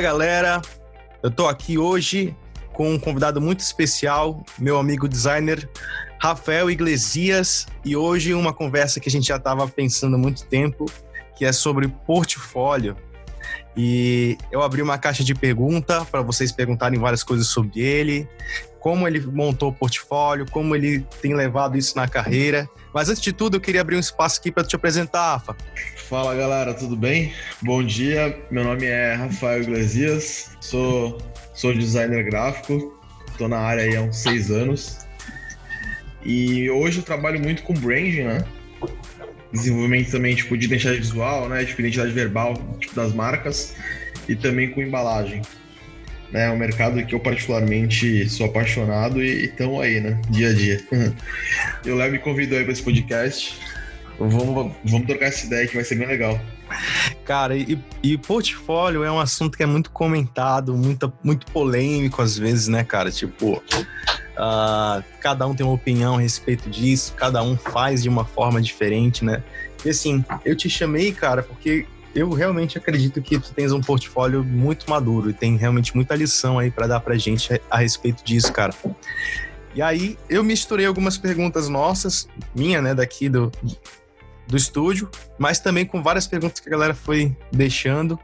galera, eu tô aqui hoje com um convidado muito especial, meu amigo designer Rafael Iglesias, e hoje uma conversa que a gente já estava pensando há muito tempo, que é sobre portfólio. E eu abri uma caixa de pergunta para vocês perguntarem várias coisas sobre ele, como ele montou o portfólio, como ele tem levado isso na carreira. Mas antes de tudo, eu queria abrir um espaço aqui para te apresentar, Rafa. Fala galera, tudo bem? Bom dia, meu nome é Rafael Iglesias, sou designer gráfico, estou na área aí há uns 6 anos e hoje eu trabalho muito com branding, né? Desenvolvimento também tipo, de identidade visual, né? Tipo, identidade verbal tipo, das marcas e também com embalagem. É um mercado que eu particularmente sou apaixonado e estão aí, né? Dia a dia. E o Léo me convidou aí para esse podcast. Vamos trocar essa ideia que vai ser bem legal. Cara, e portfólio é um assunto que é muito comentado, muito polêmico às vezes, né, cara? Tipo, cada um tem uma opinião a respeito disso, cada um faz de uma forma diferente, né? E assim, eu te chamei, cara, porque eu realmente acredito que tu tens um portfólio muito maduro e tem realmente muita lição aí pra dar pra gente a respeito disso, cara. E aí, eu misturei algumas perguntas nossas, minha, né, daqui do estúdio, mas também com várias perguntas que a galera foi deixando.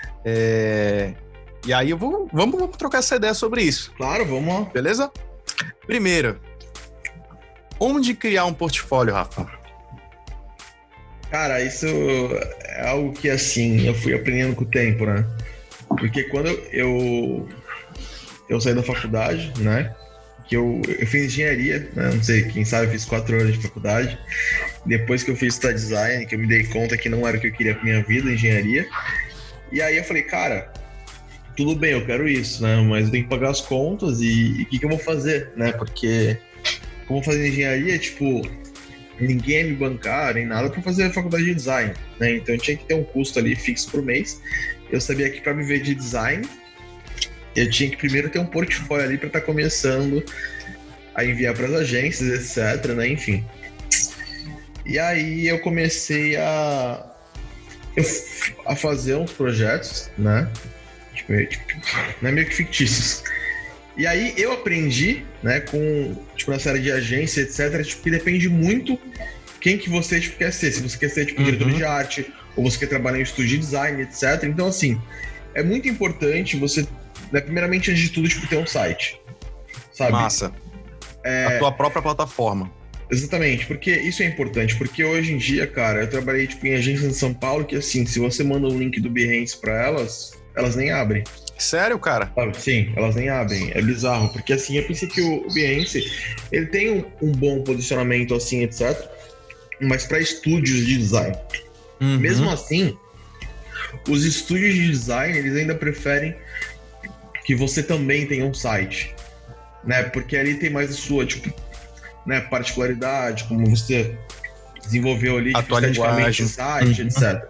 E aí, vamos trocar essa ideia sobre isso. Claro, vamos lá. Beleza? Primeiro, onde criar um portfólio, Rafa? Cara, isso é algo que, assim, eu fui aprendendo com o tempo, né? Porque quando eu saí da faculdade, né? Que eu fiz engenharia, né? Não sei, quem sabe eu fiz 4 anos de faculdade. Depois que eu fiz design, que eu me dei conta que não era o que eu queria pra minha vida, engenharia. E aí eu falei, cara, tudo bem, eu quero isso, né? Mas eu tenho que pagar as contas e o que eu vou fazer, né? Porque como fazer engenharia, tipo, ninguém ia me bancar nem nada pra fazer a faculdade de design, né? Então eu tinha que ter um custo ali fixo por mês. Eu sabia que pra viver de design, eu tinha que primeiro ter um portfólio ali para estar começando a enviar para as agências, etc, né? Enfim. E aí eu comecei a fazer uns projetos, né? Tipo, né? Meio que fictícios. E aí eu aprendi, né? Com, tipo, na série de agência, etc, tipo, que depende muito quem que você, tipo, quer ser. Se você quer ser, tipo, diretor de arte, ou você quer trabalhar em estúdio de design, etc. Então, assim, é muito importante você, né, primeiramente, antes de tudo, tipo, ter um site, sabe? Massa. A tua própria plataforma. Exatamente, porque isso é importante, porque hoje em dia, cara, eu trabalhei, tipo, em agência em São Paulo, que, assim, se você manda um link do Behance pra elas nem abrem. Sério, cara? Sabe? Sim, elas nem abrem, é bizarro, porque, assim, eu pensei que o Behance, ele tem um bom posicionamento, assim, etc, mas pra estúdios de design. Mesmo assim, os estúdios de design, eles ainda preferem que você também tenha um site, né? Porque ali tem mais a sua, tipo, né, particularidade, como você desenvolveu ali, tipo, esteticamente o site, etc.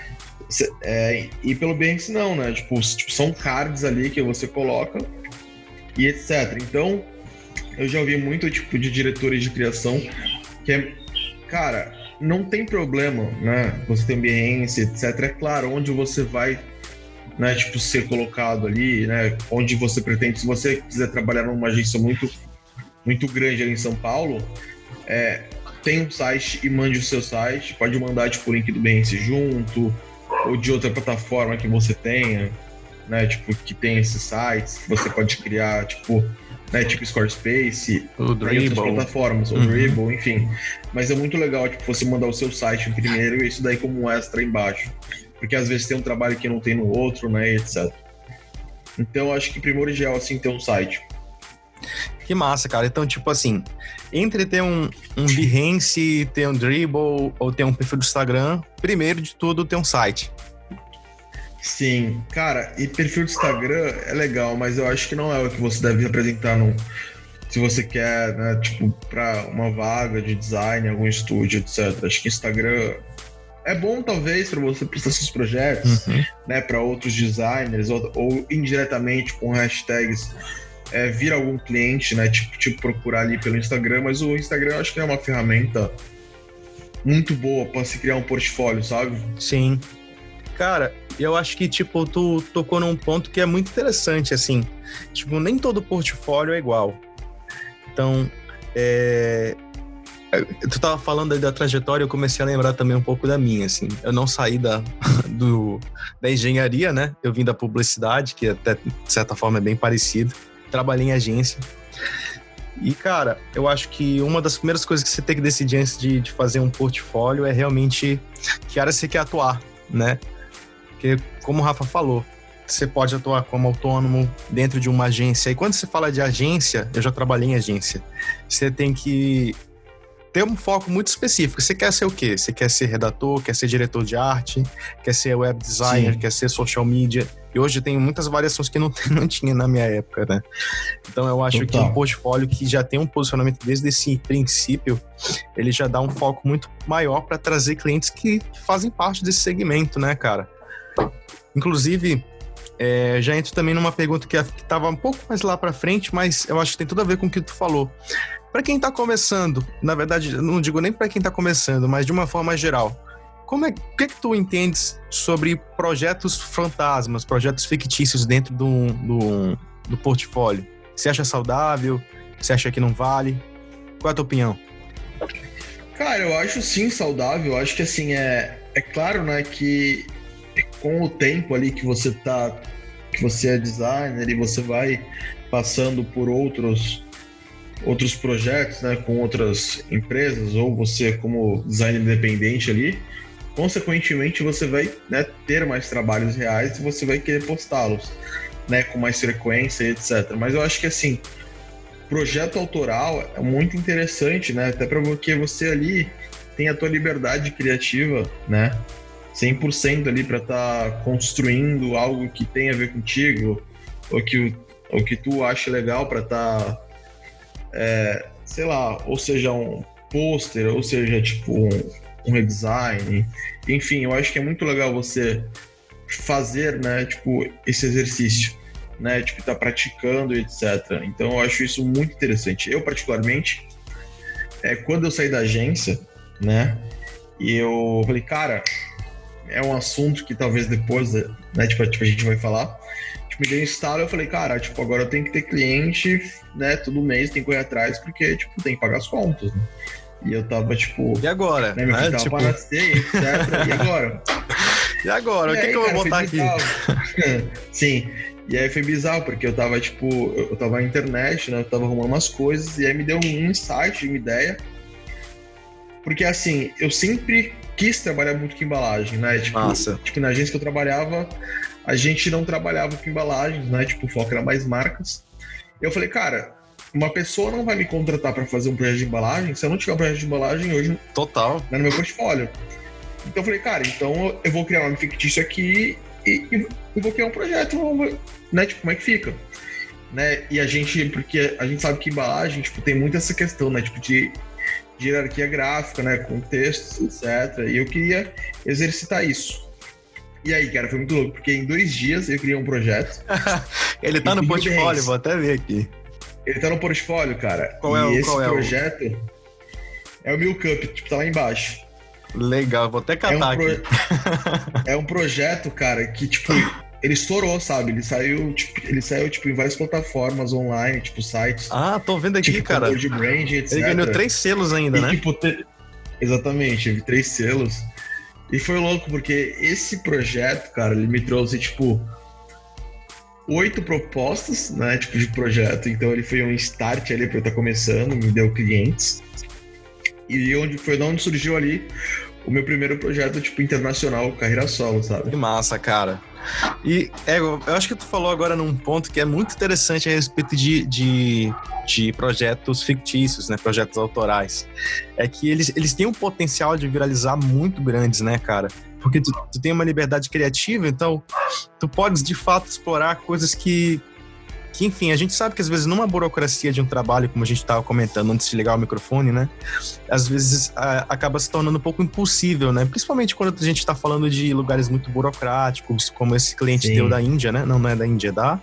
E pelo Behance não, né? Tipo, são cards ali que você coloca e etc. Então, eu já ouvi muito tipo de diretores de criação que é, cara, não tem problema, né? Você tem Behance, etc. É claro, onde você vai, né, tipo, ser colocado ali, né, onde você pretende, se você quiser trabalhar numa agência muito, muito grande ali em São Paulo, tem um site e mande o seu site, pode mandar, tipo, o link do Behance junto, ou de outra plataforma que você tenha, né, tipo, que tem esses sites, que você pode criar, tipo, né, tipo Squarespace, o Dribbble, outras plataformas, o Dribbble, enfim. Mas é muito legal, tipo, você mandar o seu site primeiro e isso daí como um extra embaixo. Porque às vezes tem um trabalho que não tem no outro, né, etc. Então, acho que primordial, assim, ter um site. Que massa, cara. Então, tipo assim, entre ter um Behance, ter um Dribbble ou ter um perfil do Instagram, primeiro de tudo, ter um site. Sim, cara, e perfil do Instagram é legal, mas eu acho que não é o que você deve apresentar se você quer, né, tipo, pra uma vaga de design, algum estúdio, etc. Acho que Instagram é bom, talvez, para você prestar seus projetos, né, para outros designers, ou indiretamente com hashtags, vir algum cliente, né, tipo procurar ali pelo Instagram, mas o Instagram eu acho que é uma ferramenta muito boa para se criar um portfólio, sabe? Sim. Cara, eu acho que, tipo, tu tocou num ponto que é muito interessante, assim. Tipo, nem todo portfólio é igual. Então, tu tava falando aí da trajetória, eu comecei a lembrar também um pouco da minha, assim. Eu não saí da engenharia, né? Eu vim da publicidade, que até, de certa forma, é bem parecido. Trabalhei em agência. E, cara, eu acho que uma das primeiras coisas que você tem que decidir antes de fazer um portfólio é realmente que área você quer atuar, né? Porque, como o Rafa falou, você pode atuar como autônomo dentro de uma agência. E quando você fala de agência, eu já trabalhei em agência, você tem que ter um foco muito específico. Você quer ser o quê? Você quer ser redator, quer ser diretor de arte, quer ser web designer, quer ser social media. E hoje tem muitas variações que não tinha na minha época, né? Então eu acho que um portfólio que já tem um posicionamento desde esse princípio, ele já dá um foco muito maior para trazer clientes que fazem parte desse segmento, né, cara? Inclusive, já entro também numa pergunta que estava um pouco mais lá para frente, mas eu acho que tem tudo a ver com o que tu falou. Para quem está começando, na verdade, eu não digo nem para quem está começando, mas de uma forma geral, o que tu entendes sobre projetos fantasmas, projetos fictícios dentro do portfólio? Você acha saudável? Você acha que não vale? Qual é a tua opinião? Cara, eu acho sim saudável. Eu acho que assim, é claro, né, que com o tempo ali que você é designer e você vai passando por outros projetos, né, com outras empresas, ou você como designer independente ali, consequentemente você vai, né, ter mais trabalhos reais e você vai querer postá-los, né, com mais frequência e etc. Mas eu acho que assim, projeto autoral é muito interessante, né, até porque você ali tem a tua liberdade criativa, né, 100% ali para estar construindo algo que tenha a ver contigo, ou que tu acha legal para estar, sei lá, ou seja, um pôster, ou seja, tipo um redesign, enfim, eu acho que é muito legal você fazer, né, tipo, esse exercício, né, tipo, tá praticando e etc. Então eu acho isso muito interessante. Eu, particularmente, quando eu saí da agência, né, e eu falei, cara, é um assunto que talvez depois, né, tipo, a gente vai falar, tipo, me deu um estalo, eu falei, cara, tipo, agora eu tenho que ter cliente, né, todo mês, tem que correr atrás, porque, tipo, tem que pagar as contas, né? E eu tava, tipo... E agora? Né, meu filho tava para nascer, etc. E agora? E agora? O que eu vou botar aqui? Sim. E aí foi bizarro, porque eu tava, tipo... Eu tava na internet, né? Eu tava arrumando umas coisas, e aí me deu um insight, uma ideia. Porque, assim, eu sempre quis trabalhar muito com embalagem, né? Tipo, Massa. Tipo, na agência que eu trabalhava, a gente não trabalhava com embalagens, né? Tipo, o foco era mais marcas. E eu falei, cara... Uma pessoa não vai me contratar para fazer um projeto de embalagem se eu não tiver um projeto de embalagem hoje Total, né, no meu portfólio. Então eu falei, cara, então eu vou criar um nome fictício aqui e vou criar um projeto, né? Tipo, como é que fica? Né? E porque a gente sabe que embalagem, tipo, tem muito essa questão, né? Tipo, de hierarquia gráfica, né? Com textos, etc. E eu queria exercitar isso. E aí, cara, foi muito louco, porque em 2 dias eu criei um projeto. Ele tá no portfólio, vou até ver aqui. Ele tá no portfólio, cara. Esse projeto é o Milk Up, tipo, tá lá embaixo. Legal, vou até catar aqui. É um projeto, cara, que, tipo, ele estourou, sabe? Ele saiu, tipo, em várias plataformas online, tipo, sites. Ah, tô vendo aqui, tipo, cara. De brand, etc. Ele ganhou 3 selos ainda, e, né? Tipo, exatamente, teve 3 selos. E foi louco, porque esse projeto, cara, ele me trouxe, tipo... 8 propostas, né, tipo de projeto, então ele foi um start ali para eu estar começando, me deu clientes, e foi de onde surgiu ali o meu primeiro projeto, tipo, internacional, carreira solo, sabe? Que massa, cara. E eu acho que tu falou agora num ponto que é muito interessante a respeito de projetos fictícios, né, projetos autorais. É que eles têm um potencial de viralizar muito grandes, né, cara? Porque tu tem uma liberdade criativa, então tu podes, de fato, explorar coisas que, enfim, a gente sabe que às vezes numa burocracia de um trabalho, como a gente estava comentando antes de ligar o microfone, né? Às vezes acaba se tornando um pouco impossível, né? Principalmente quando a gente está falando de lugares muito burocráticos, como esse cliente teu da Índia, né? Não é da Índia, é da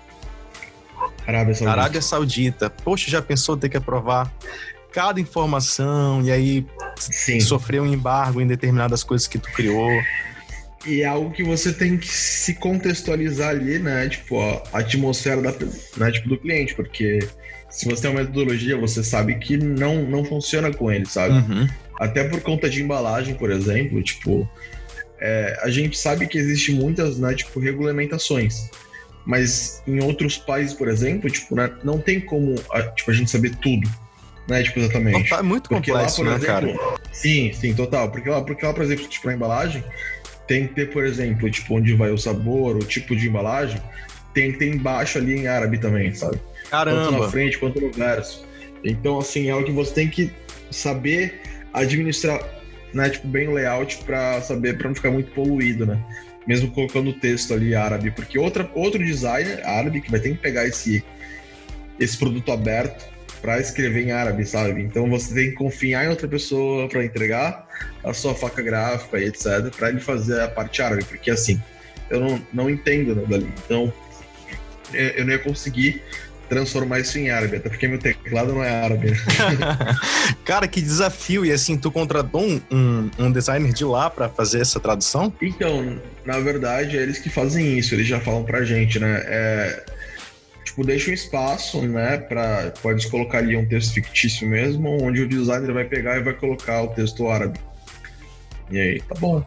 Arábia Saudita. Poxa, já pensou ter que aprovar cada informação e aí sofrer um embargo em determinadas coisas que tu criou? E é algo que você tem que se contextualizar ali, né? Tipo, a atmosfera né, tipo, do cliente, porque se você tem uma metodologia, você sabe que não funciona com ele, sabe? Uhum. Até por conta de embalagem, por exemplo, tipo, a gente sabe que existe muitas, né, tipo, regulamentações. Mas em outros países, por exemplo, tipo, né, não tem como tipo, a gente saber tudo, né? Tipo, exatamente. É muito porque complexo, lá, por né, exemplo, cara? Sim, total. Porque lá, por exemplo, tipo, na embalagem, tem que ter, por exemplo, tipo, onde vai o sabor, o tipo de embalagem, tem que ter embaixo ali em árabe também, sabe? Caramba! Tanto na frente quanto no verso. Então, assim, é algo que você tem que saber administrar, né, tipo, bem o layout para não ficar muito poluído, né? Mesmo colocando o texto ali árabe, porque outro designer árabe que vai ter que pegar esse produto aberto para escrever em árabe, sabe? Então você tem que confiar em outra pessoa para entregar a sua faca gráfica e etc, para ele fazer a parte árabe, porque assim, eu não entendo, né, dali. Então eu não ia conseguir transformar isso em árabe, até porque meu teclado não é árabe. Cara, que desafio! E assim, tu contratou um designer de lá para fazer essa tradução? Então, na verdade, é eles que fazem isso, eles já falam pra gente, né? Tipo, deixa um espaço, né? Pode colocar ali um texto fictício mesmo, onde o designer vai pegar e vai colocar o texto árabe. E aí, tá bom.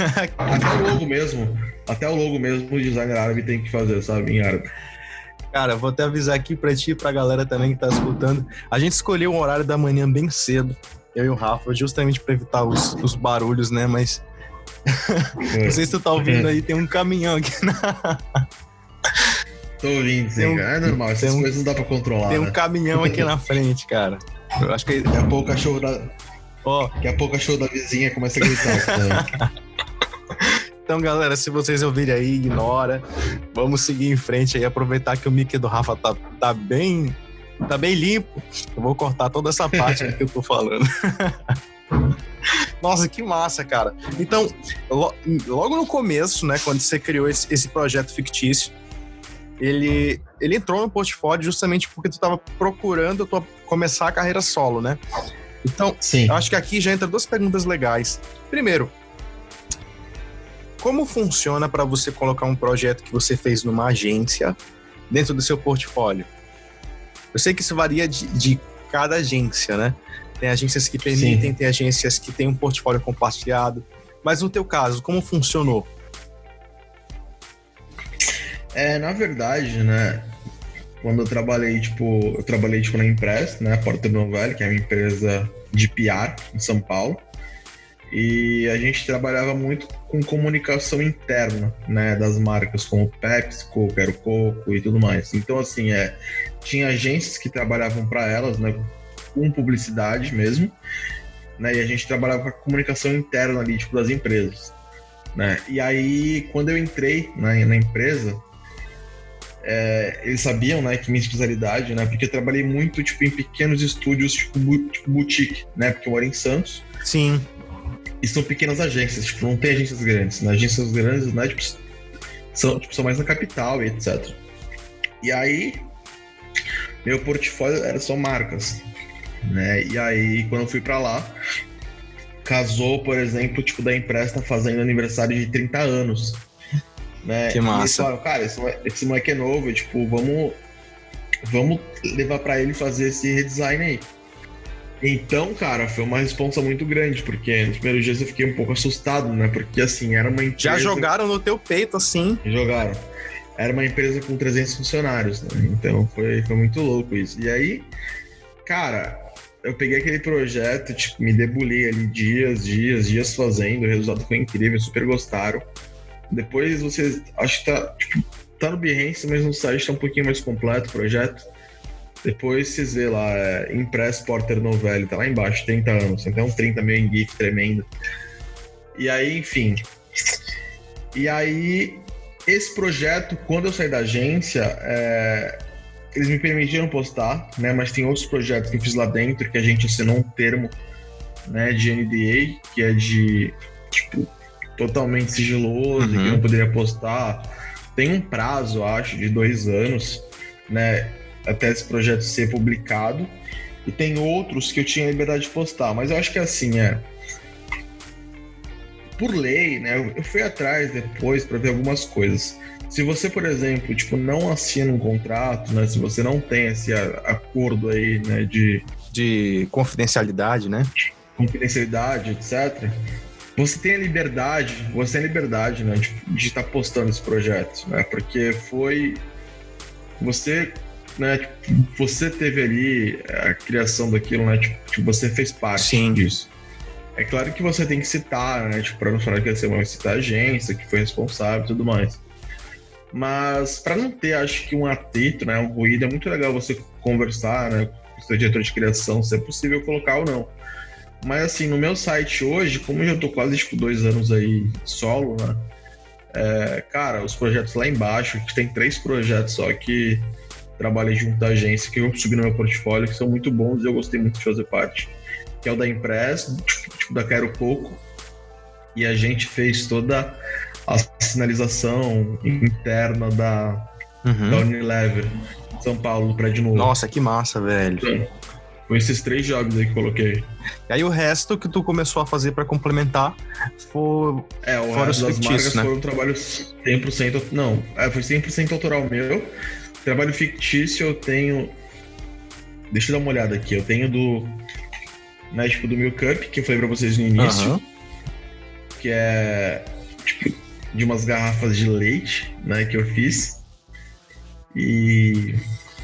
Até o logo mesmo o designer árabe tem que fazer, sabe? Em árabe. Cara, vou até avisar aqui pra ti e pra galera também que tá escutando. A gente escolheu um horário da manhã bem cedo, eu e o Rafa, justamente pra evitar os barulhos, né? Mas não sei se tu tá ouvindo aí, tem um caminhão aqui Tô ouvindo, sim, cara. É normal, essas coisas não dá pra controlar. Tem um né? caminhão aqui na frente, cara. Eu acho que daqui a pouco o cachorro da vizinha começa a gritar. Então, galera, se vocês ouvirem aí, ignora. Vamos seguir em frente aí, aproveitar que o mic do Rafa tá bem limpo. Eu vou cortar toda essa parte que eu tô falando. Nossa, que massa, cara. Então, logo no começo, né, quando você criou esse projeto fictício, ele entrou no portfólio justamente porque tu tava procurando começar a carreira solo, né? Então, Sim. Eu acho que aqui já entra duas perguntas legais. Primeiro, como funciona para você colocar um projeto que você fez numa agência dentro do seu portfólio? Eu sei que isso varia de cada agência, né? Tem agências que permitem, Sim. Tem agências que têm um portfólio compartilhado. Mas no teu caso, como funcionou? Na verdade, né? Quando eu trabalhei, na Impress, né? Porter Novelli, que é uma empresa de PR em São Paulo. E a gente trabalhava muito com comunicação interna, né, das marcas, como PepsiCo, Quero Coco e tudo mais. Então, assim, tinha agências que trabalhavam para elas, né, com publicidade mesmo, né, e a gente trabalhava com a comunicação interna ali, tipo, das empresas, né. E aí, quando eu entrei na empresa, eles sabiam, né, que minha especialidade, né, porque eu trabalhei muito, tipo, em pequenos estúdios, tipo boutique, né, porque eu moro em Santos. Sim. E são pequenas agências, tipo, não tem agências grandes. Né? Agências grandes, né, são mais na capital e etc. E aí, meu portfólio era só marcas, né? E aí, quando eu fui pra lá, casou, por exemplo, tipo, da Impress tá fazendo aniversário de 30 anos, né? Que massa. E eles falaram, cara, esse moleque é novo, tipo, vamos levar pra ele fazer esse redesign aí. Então, cara, foi uma responsa muito grande, porque nos primeiros dias eu fiquei um pouco assustado, né? Porque, assim, era uma empresa... Já jogaram no teu peito, assim? Jogaram. Era uma empresa com 300 funcionários, né? Então, foi muito louco isso. E aí, cara, eu peguei aquele projeto, tipo, me debulhei ali dias fazendo, o resultado foi incrível, super gostaram. Depois vocês... Acho que tá no Behance, mas no site tá um pouquinho mais completo o projeto. Depois vocês vê lá, Impress Porter Novelli, tá lá embaixo, 30 anos. Então 30 meio em GIF, tremendo. E aí, enfim. E aí, esse projeto, quando eu saí da agência, eles me permitiram postar, né? Mas tem outros projetos que eu fiz lá dentro, que a gente assinou um termo, né, de NDA, que é de, tipo, totalmente sigiloso, que não poderia postar. Tem um prazo, acho, de 2 anos, né? Até esse projeto ser publicado, e tem outros que eu tinha liberdade de postar, mas eu acho que assim, por lei, né, eu fui atrás depois para ver algumas coisas. Se você, por exemplo, tipo, não assina um contrato, né, se você não tem esse acordo aí, né, de confidencialidade, né? Confidencialidade, etc., você tem a liberdade, né, de estar postando esse projeto, né, porque foi você, né, tipo, você teve ali a criação daquilo, né, tipo, você fez parte Sim. disso. É claro que você tem que citar, né, tipo, para não falar que você vai citar a agência que foi responsável e tudo mais. Mas para não ter, acho que um atrito, né, um ruído, é muito legal você conversar, né, com o seu diretor de criação, se é possível colocar ou não. Mas assim, no meu site hoje, como eu já tô quase tipo 2 anos aí solo, né? Cara, os projetos lá embaixo, que tem 3 projetos só que trabalhei junto da agência, que eu subi no meu portfólio, que são muito bons e eu gostei muito de fazer parte. Que é o da Impress, tipo da Quero Coco. E a gente fez toda a sinalização interna da Unilever, São Paulo, do prédio novo. Nossa, que massa, velho. Sim. Foi esses 3 jobs aí que coloquei. E aí o resto que tu começou a fazer para complementar foi... o resto das marcas, né? Foi um trabalho 100%... Não, foi 100% autoral meu. Trabalho fictício eu tenho... Deixa eu dar uma olhada aqui. Eu tenho do... Né, tipo, do Milk Cup, que eu falei pra vocês no início. Que é... Tipo, de umas garrafas de leite, né? Que eu fiz. E...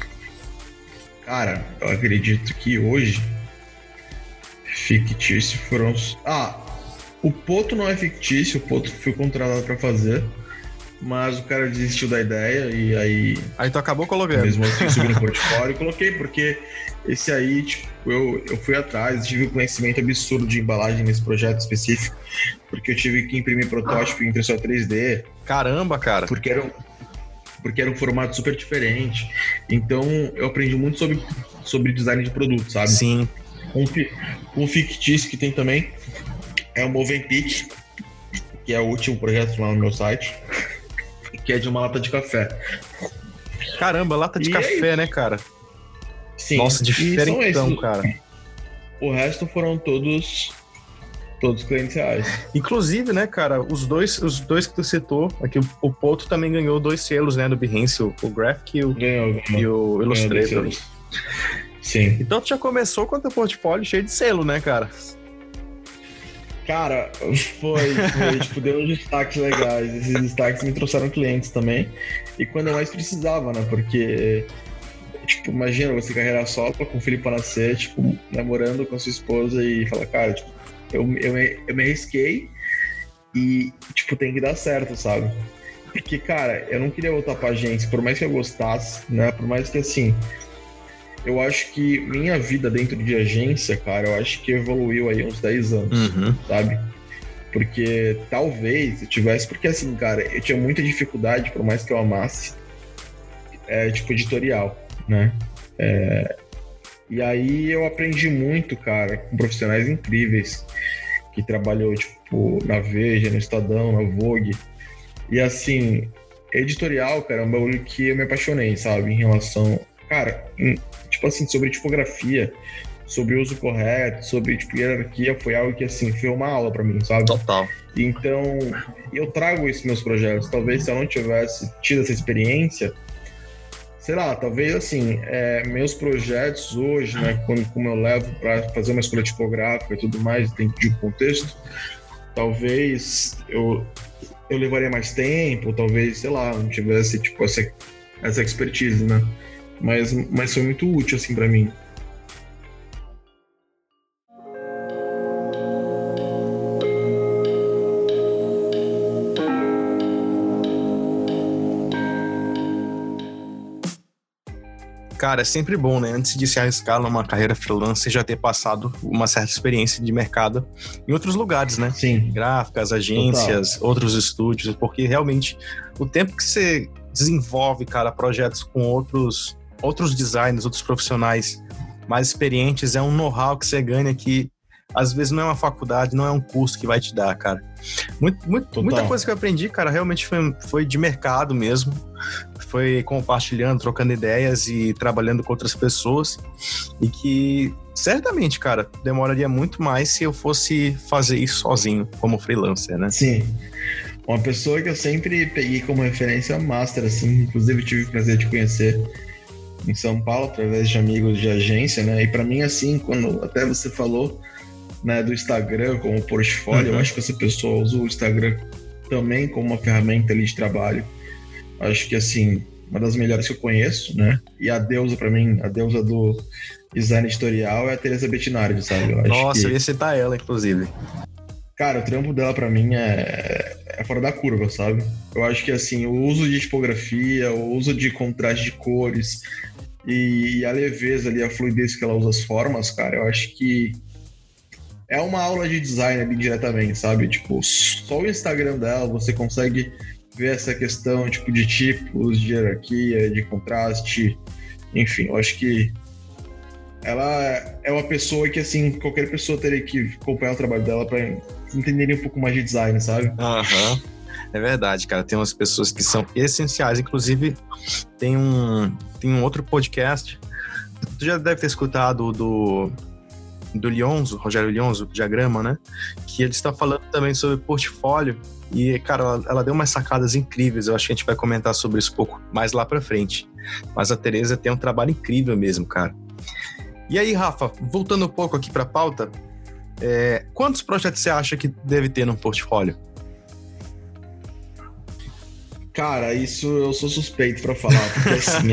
Cara, eu acredito que hoje fictício foram... o Poto não é fictício, o Poto fui contratado pra fazer, mas o cara desistiu da ideia e aí... Aí tu acabou colocando. Mesmo assim, subi no portfólio e coloquei, porque esse aí, tipo, eu fui atrás, tive um conhecimento absurdo de embalagem nesse projeto específico, porque eu tive que imprimir protótipo em impressora 3D. Caramba, cara! Porque era um formato super diferente. Então, eu aprendi muito sobre design de produto, sabe? Sim. Um fictício que tem também é o Movenpick, que é o último projeto lá no meu site, que é de uma lata de café. Caramba, lata de café, né, cara? Sim. Nossa, diferentão, cara. O resto foram todos clientes reais. Inclusive, né, cara, os dois que tu citou, aqui o Poto também ganhou 2 selos, né, do Behance, o Graphic e o Illustrator. Sim. Então tu já começou com o teu portfólio cheio de selo, né, cara? Cara, foi tipo, deu uns destaques legais. Esses destaques me trouxeram clientes também. E quando eu mais precisava, né, porque... Tipo, imagina você carreira solo com o filho pra nascer, tipo, namorando com a sua esposa e falar, cara, tipo, eu me arrisquei e, tipo, tem que dar certo, sabe? Porque, cara, eu não queria voltar pra agência, por mais que eu gostasse, né? Por mais que, assim, eu acho que minha vida dentro de agência, cara, eu acho que evoluiu aí uns 10 anos, sabe? Porque talvez eu tivesse... Porque, assim, cara, eu tinha muita dificuldade, por mais que eu amasse, tipo, editorial, né? E aí eu aprendi muito, cara, com profissionais incríveis que trabalhou, tipo, na Veja, no Estadão, na Vogue. E assim, editorial, cara, é um bagulho que eu me apaixonei, sabe? Em relação, cara, tipo assim, sobre tipografia, sobre uso correto, sobre, tipo, hierarquia, foi algo que, assim, foi uma aula pra mim, sabe? Total. Então, eu trago isso nos meus projetos. Talvez se eu não tivesse tido essa experiência, sei lá, talvez assim, meus projetos hoje, né, como eu levo para fazer uma escolha tipográfica e tudo mais, dentro de um contexto, talvez eu levaria mais tempo, talvez, sei lá, não tivesse, tipo, essa expertise, né? Mas foi muito útil, assim, para mim. Cara, é sempre bom, né? Antes de se arriscar numa carreira freelance, já ter passado uma certa experiência de mercado em outros lugares, né? Sim. Gráficas, agências, outros estúdios, porque realmente o tempo que você desenvolve, cara, projetos com outros designers, outros profissionais mais experientes, é um know-how que você ganha que às vezes não é uma faculdade, não é um curso que vai te dar, cara. Muita coisa que eu aprendi, cara, realmente foi de mercado mesmo. foi compartilhando, trocando ideias e trabalhando com outras pessoas, e que certamente, cara, demoraria muito mais se eu fosse fazer isso sozinho, como freelancer, né? Sim. Uma pessoa que eu sempre peguei como referência é o Master, assim, inclusive tive o prazer de conhecer em São Paulo, através de amigos de agência, né? E para mim, assim, quando até você falou, né, do Instagram como portfólio, eu acho que essa pessoa usa o Instagram também como uma ferramenta ali de trabalho. Acho que, assim, uma das melhores que eu conheço, né? E a deusa, para mim, a deusa do design editorial é a Teresa Bettinardi, sabe? Nossa, eu ia citar ela, inclusive. Cara, o trampo dela pra mim é fora da curva, sabe? Eu acho que, assim, o uso de tipografia, o uso de contraste de cores e a leveza ali, a fluidez que ela usa as formas, cara, eu acho que é uma aula de design ali diretamente, sabe? Tipo, só o Instagram dela você consegue ver essa questão, tipo, de tipos, de hierarquia, de contraste, enfim, eu acho que ela é uma pessoa que, assim, qualquer pessoa teria que acompanhar o trabalho dela pra entender um pouco mais de design, sabe? Aham. É verdade, cara. Tem umas pessoas que são essenciais. Inclusive, tem um outro podcast. Tu já deve ter escutado do Lionzo, Rogério Lionzo, Diagrama, né? Que ele está falando também sobre portfólio. E, cara, ela deu umas sacadas incríveis. Eu acho que a gente vai comentar sobre isso um pouco mais lá pra frente. Mas a Teresa tem um trabalho incrível mesmo, cara. E aí, Rafa, voltando um pouco aqui pra pauta, quantos projetos você acha que deve ter no portfólio? Cara, isso eu sou suspeito pra falar, porque assim,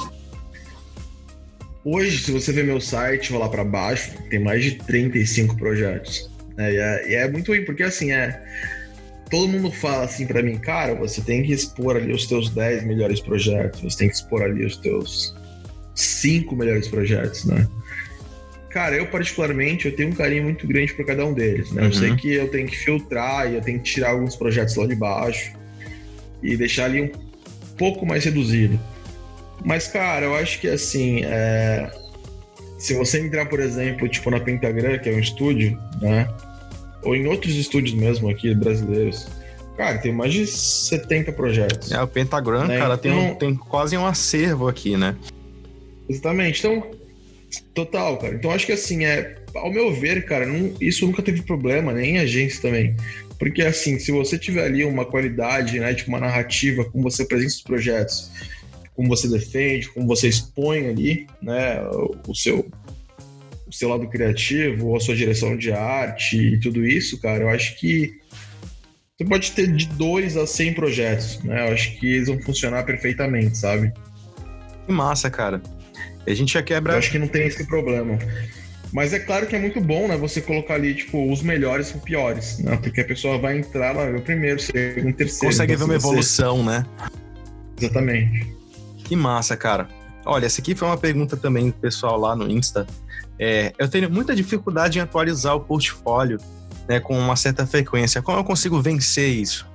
hoje, se você ver meu site, rolar pra baixo, tem mais de 35 projetos. Né? E é muito ruim, porque assim, todo mundo fala assim pra mim, cara, você tem que expor ali os teus 10 melhores projetos, você tem que expor ali os teus 5 melhores projetos, né? Cara, eu particularmente, eu tenho um carinho muito grande por cada um deles, né? Eu sei que eu tenho que filtrar e eu tenho que tirar alguns projetos lá de baixo e deixar ali um pouco mais reduzido. Mas, cara, eu acho que assim, se você entrar, por exemplo, tipo na Pentagram, que é um estúdio, né? Ou em outros estúdios mesmo aqui, brasileiros, cara, tem mais de 70 projetos. O Pentagram, né? Cara, então, tem quase um acervo aqui, né? Exatamente. Então, total, cara. Então, acho que assim, ao meu ver, cara, isso nunca teve problema, nem em agência também. Porque, assim, se você tiver ali uma qualidade, né, tipo uma narrativa, como você apresenta os projetos, como você defende, como você expõe ali, né, o seu lado criativo, a sua direção de arte e tudo isso, cara, eu acho que você pode ter de 2 a 100 projetos, né? Eu acho que eles vão funcionar perfeitamente, sabe? Que massa, cara. A gente já quebra... Eu acho que não tem esse problema. Mas é claro que é muito bom, né? Você colocar ali, tipo, os melhores e os piores, né? Porque a pessoa vai entrar lá no primeiro, segundo, terceiro. Consegue ver uma evolução, né? Exatamente. Que massa, cara. Olha, essa aqui foi uma pergunta também do pessoal lá no Insta. Eu tenho muita dificuldade em atualizar o portfólio, né, com uma certa frequência. Como eu consigo vencer isso?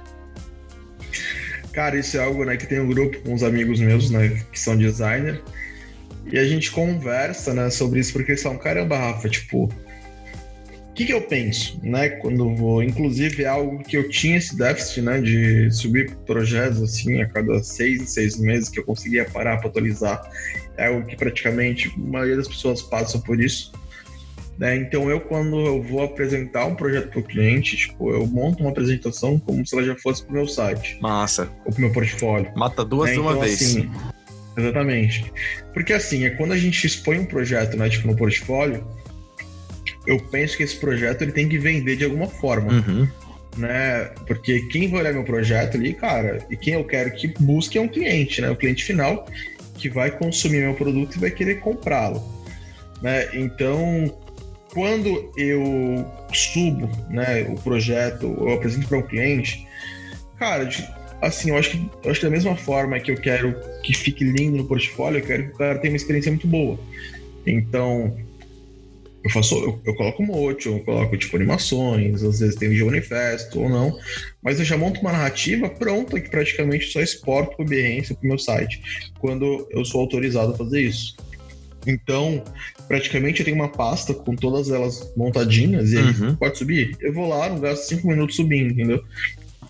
Cara, isso é algo, né, que tem um grupo com uns amigos meus, né, que são designer. E a gente conversa, né, sobre isso, porque eles falam, caramba, Rafa, tipo, o que eu penso, né, quando vou... Inclusive, é algo que eu tinha esse déficit, né, de subir projetos, assim, a cada 6 em 6 meses, que eu conseguia parar para atualizar. É algo que praticamente a maioria das pessoas passam por isso. Né? Então, quando eu vou apresentar um projeto para o cliente, tipo, eu monto uma apresentação como se ela já fosse para o meu site. Massa. Ou para o meu portfólio. Mata duas de uma vez. Assim, exatamente. Porque assim, quando a gente expõe um projeto, né, tipo, no portfólio, eu penso que esse projeto ele tem que vender de alguma forma. Né? Porque quem vai olhar meu projeto ali, cara, e quem eu quero que busque é um cliente, né? O cliente final que vai consumir meu produto e vai querer comprá-lo. Né? Então, quando eu subo, né, o projeto, eu apresento para um cliente, cara, assim, eu acho que da mesma forma que eu quero que fique lindo no portfólio, eu quero que o cara tenha uma experiência muito boa. Então, eu coloco motion, eu coloco tipo animações, às vezes tem vídeo manifesto ou não, mas eu já monto uma narrativa pronta que praticamente só exporto para o Behance, para o meu site, quando eu sou autorizado a fazer isso. Então, praticamente eu tenho uma pasta com todas elas montadinhas e aí pode subir. Eu vou lá, não gasto 5 minutos subindo, entendeu?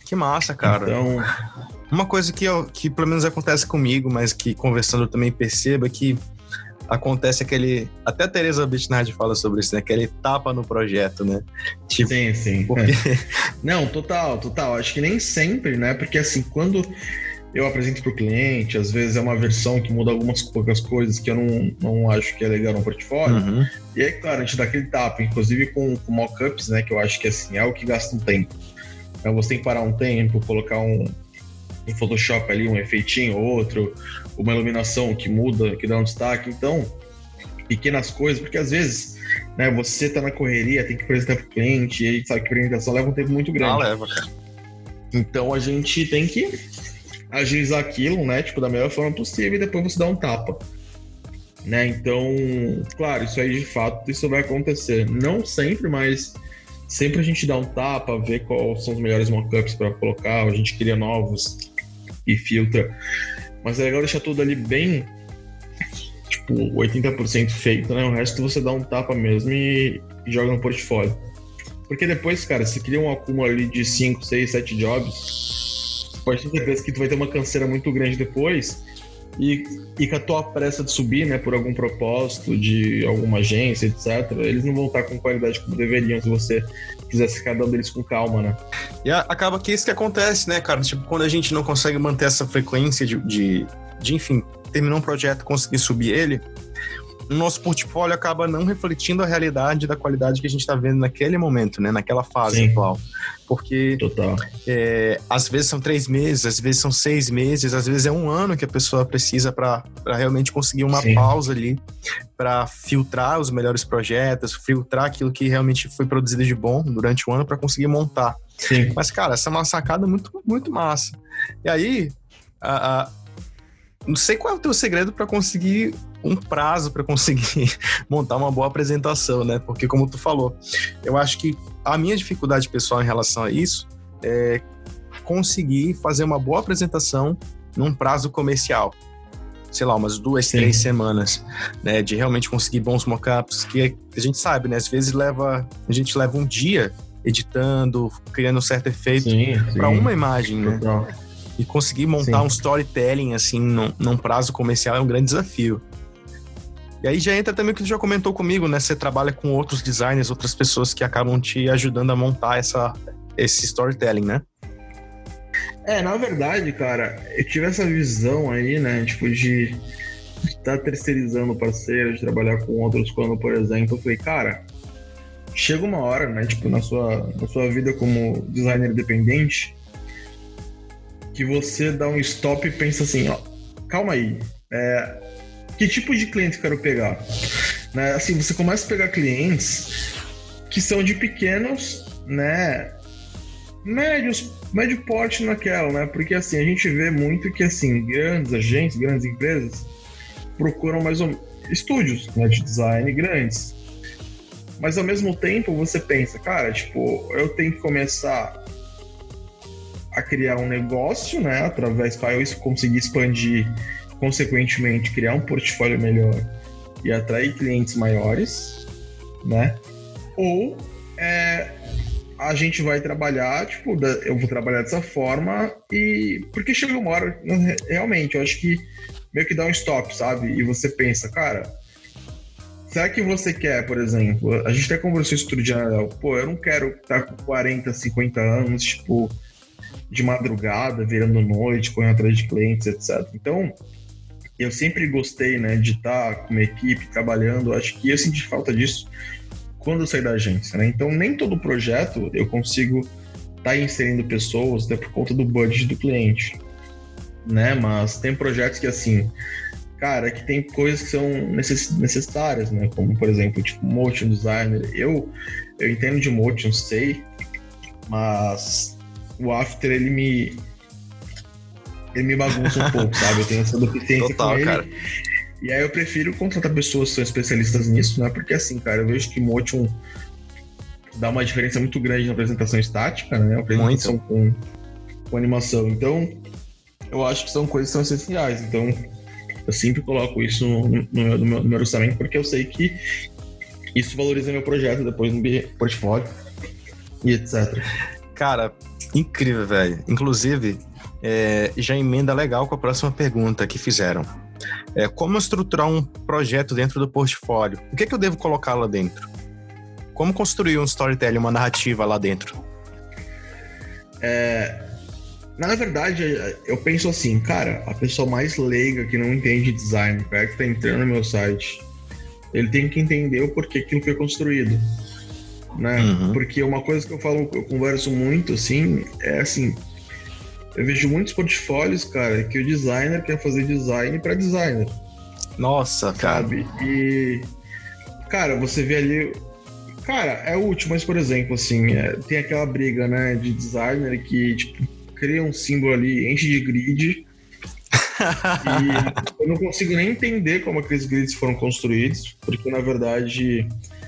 Que massa, cara. Então... Uma coisa que pelo menos acontece comigo, mas que conversando eu também percebo, é que acontece aquele... Até a Teresa Bitnard fala sobre isso, né? Aquele tapa no projeto, né? Tipo, sim. Porque... Não, total. Acho que nem sempre, né? Porque assim, quando eu apresento para o cliente, às vezes é uma versão que muda algumas poucas coisas que eu não acho que é legal no portfólio. Uhum. E aí, claro, a gente dá aquele tapa, inclusive com mockups, né? Que eu acho que assim, é o que gasta um tempo. Então você tem que parar um tempo, colocar um Photoshop ali, um efeitinho, outro, uma iluminação que muda, que dá um destaque. Então, pequenas coisas, porque às vezes, né, você tá na correria, tem que apresentar pro cliente, e aí sabe que a apresentação leva um tempo muito grande. Leva, cara. Então a gente tem que agilizar aquilo, né, tipo, da melhor forma possível, e depois você dá um tapa. Né? Então, claro, isso aí de fato, isso vai acontecer. Não sempre, mas sempre a gente dá um tapa, vê quais são os melhores mockups para colocar, a gente cria novos e filtra. Mas é legal deixar tudo ali bem, tipo, 80% feito, né? O resto você dá um tapa mesmo e joga no portfólio. Porque depois, cara, você cria um acúmulo ali de 5, 6, 7 jobs, pode ter certeza que tu vai ter uma canseira muito grande depois e com a tua pressa de subir, né, por algum propósito de alguma agência, etc., eles não vão estar com qualidade como deveriam se você quisesse cada um deles com calma, né? E acaba que é isso que acontece, né, cara? Tipo, quando a gente não consegue manter essa frequência de enfim, terminar um projeto e conseguir subir ele, o nosso portfólio acaba não refletindo a realidade da qualidade que a gente está vendo naquele momento, né? Naquela fase atual. Porque às vezes são 3 meses, às vezes são 6 meses, às vezes é 1 ano que a pessoa precisa para realmente conseguir uma pausa ali, para filtrar os melhores projetos, filtrar aquilo que realmente foi produzido de bom durante o ano para conseguir montar. Sim. Mas, cara, essa é uma sacada muito, muito massa. E aí, não sei qual é o teu segredo para conseguir um prazo para conseguir montar uma boa apresentação, né? Porque, como tu falou, eu acho que a minha dificuldade pessoal em relação a isso é conseguir fazer uma boa apresentação num prazo comercial. Sei lá, umas 2, 3 semanas, né? De realmente conseguir bons mockups, que a gente sabe, né? Às vezes a gente leva um dia editando, criando um certo efeito para uma imagem, né? E conseguir montar um storytelling, assim, num prazo comercial é um grande desafio. E aí já entra também o que tu já comentou comigo, né? Você trabalha com outros designers, outras pessoas que acabam te ajudando a montar esse storytelling, né? Na verdade, cara, eu tive essa visão aí, né? Tipo, de estar terceirizando o parceiro, de trabalhar com outros quando, por exemplo, eu falei, cara, chega uma hora, né? Tipo, na sua vida como designer independente, que você dá um stop e pensa assim, ó, calma aí, que tipo de cliente eu quero pegar? Né? Assim, você começa a pegar clientes que são de pequenos, né, médio porte naquela, né, porque assim, a gente vê muito que assim, grandes agências, grandes empresas procuram mais ou menos estúdios, né, de design grandes, mas ao mesmo tempo você pensa, cara, tipo, eu tenho que começar a criar um negócio, né, através para eu conseguir expandir, consequentemente criar um portfólio melhor e atrair clientes maiores, né? Ou a gente vai trabalhar, tipo, eu vou trabalhar dessa forma e... Porque chega uma hora, realmente, eu acho que meio que dá um stop, sabe? E você pensa, cara, será que você quer, por exemplo, a gente até conversou isso outro dia, né? Pô, eu não quero estar com 40, 50 anos, tipo, de madrugada, virando noite, correndo atrás de clientes, etc. Então, eu sempre gostei, né, de estar com uma equipe trabalhando. Acho que eu senti falta disso quando eu saí da agência, né? Então, nem todo projeto eu consigo estar inserindo pessoas, até por conta do budget do cliente, né? Mas tem projetos que, assim, cara, que tem coisas que são necessárias, né? Como, por exemplo, tipo, motion designer. Eu entendo de motion, sei, mas o After, ele me bagunça um pouco, sabe? Eu tenho essa deficiência com ele. Cara. E aí eu prefiro contratar pessoas que são especialistas nisso, né? Porque assim, cara, eu vejo que motion dá uma diferença muito grande na apresentação estática, né? A apresentação com animação. Então, eu acho que são coisas que são essenciais. Então, eu sempre coloco isso no meu orçamento, porque eu sei que isso valoriza meu projeto depois no portfólio e etc. Cara, Incrível, velho. Inclusive, já emenda legal com a próxima pergunta que fizeram. Como estruturar um projeto dentro do portfólio? O que eu devo colocar lá dentro? Como construir um storytelling, uma narrativa lá dentro? Na verdade, eu penso assim, cara, a pessoa mais leiga que não entende design, o cara que tá entrando no meu site, ele tem que entender o porquê aquilo foi construído, né? Uhum. Porque uma coisa que eu converso muito, assim, é assim, eu vejo muitos portfólios, cara, que o designer quer fazer design para designer. Nossa, cara. Sabe? E, cara, você vê ali... Cara, é útil, mas, por exemplo, assim, tem aquela briga, né, de designer que, tipo, cria um símbolo ali, enche de grid, e eu não consigo nem entender como aqueles grids foram construídos, porque, na verdade,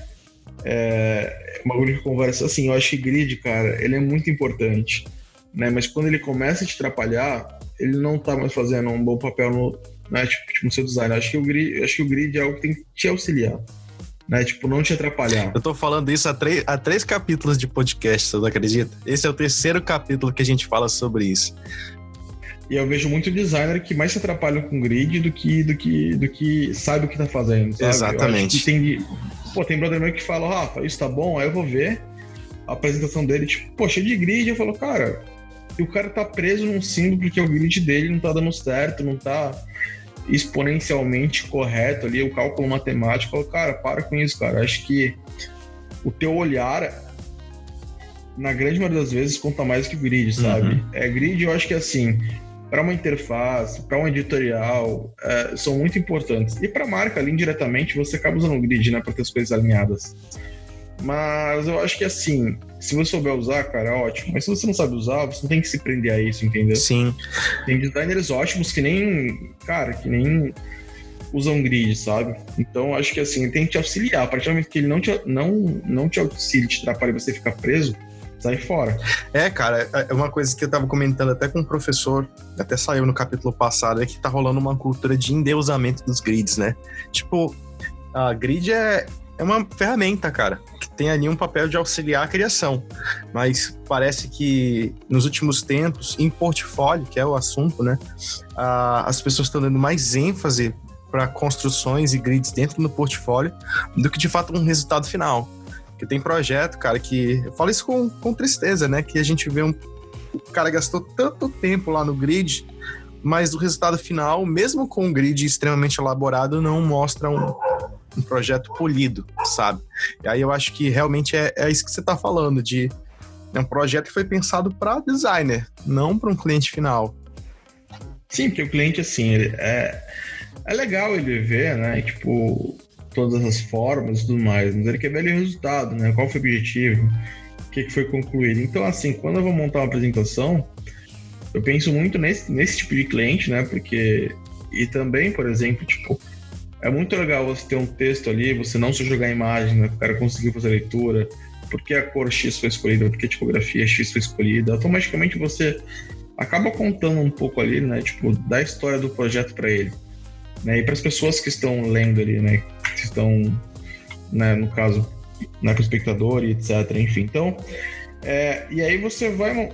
uma única conversa, assim, eu acho que grid, cara, ele é muito importante, né, mas quando ele começa a te atrapalhar, ele não tá mais fazendo um bom papel no, né, tipo, no seu design. Acho que o grid é algo que tem que te auxiliar, né? Tipo, não te atrapalhar. Eu tô falando isso há três capítulos de podcast, você não acredita? Esse é o terceiro capítulo que a gente fala sobre isso. E eu vejo muito designer que mais se atrapalha com grid do que sabe o que tá fazendo, sabe? Exatamente. Tem brother meu que fala, Rafa, isso tá bom? Aí eu vou ver a apresentação dele, tipo, cheio de grid, eu falo, cara, e o cara tá preso num símbolo porque o grid dele não tá dando certo, não tá exponencialmente correto ali, o cálculo matemático. Eu falo, cara, para com isso, cara. Acho que o teu olhar, na grande maioria das vezes, conta mais que o grid, sabe? Uhum. Grid, eu acho que assim, para uma interface, para um editorial, são muito importantes. E para marca, ali, indiretamente, você acaba usando o grid, né, para ter as coisas alinhadas. Mas eu acho que assim, se você souber usar, cara, é ótimo. Mas se você não sabe usar, você não tem que se prender a isso, entendeu? Sim. Tem designers ótimos que nem usam grid, sabe? Então acho que assim, tem que te auxiliar. A partir do momento que ele não te auxilia, te atrapalha e você ficar preso, sai fora. Cara, é uma coisa que eu tava comentando até com um professor, até saiu no capítulo passado, é que tá rolando uma cultura de endeusamento dos grids, né? Tipo, a grid é uma ferramenta, cara, que tem ali um papel de auxiliar a criação, mas parece que nos últimos tempos, em portfólio, que é o assunto, né, as pessoas estão dando mais ênfase para construções e grids dentro do portfólio do que de fato um resultado final. Porque tem projeto, cara, que eu falo isso com tristeza, né, que a gente vê o cara gastou tanto tempo lá no grid, mas o resultado final, mesmo com um grid extremamente elaborado, não mostra um projeto polido, sabe? E aí eu acho que realmente é isso que você tá falando, é um projeto que foi pensado para designer, não para um cliente final. Sim, porque o cliente, assim, é legal ele ver, né, tipo, todas as formas e tudo mais, mas ele quer ver ali o resultado, né, qual foi o objetivo, o que foi concluído. Então, assim, quando eu vou montar uma apresentação, eu penso muito nesse tipo de cliente, né, porque... E também, por exemplo, tipo, é muito legal você ter um texto ali, você não só jogar a imagem, né? O cara conseguiu fazer a leitura, por que a cor X foi escolhida, por que a tipografia X foi escolhida. Automaticamente você acaba contando um pouco ali, né? Tipo, da história do projeto para ele. Né? E para as pessoas que estão lendo ali, né? Que estão, né, no caso, né, para o espectador e etc. Enfim, então, e aí você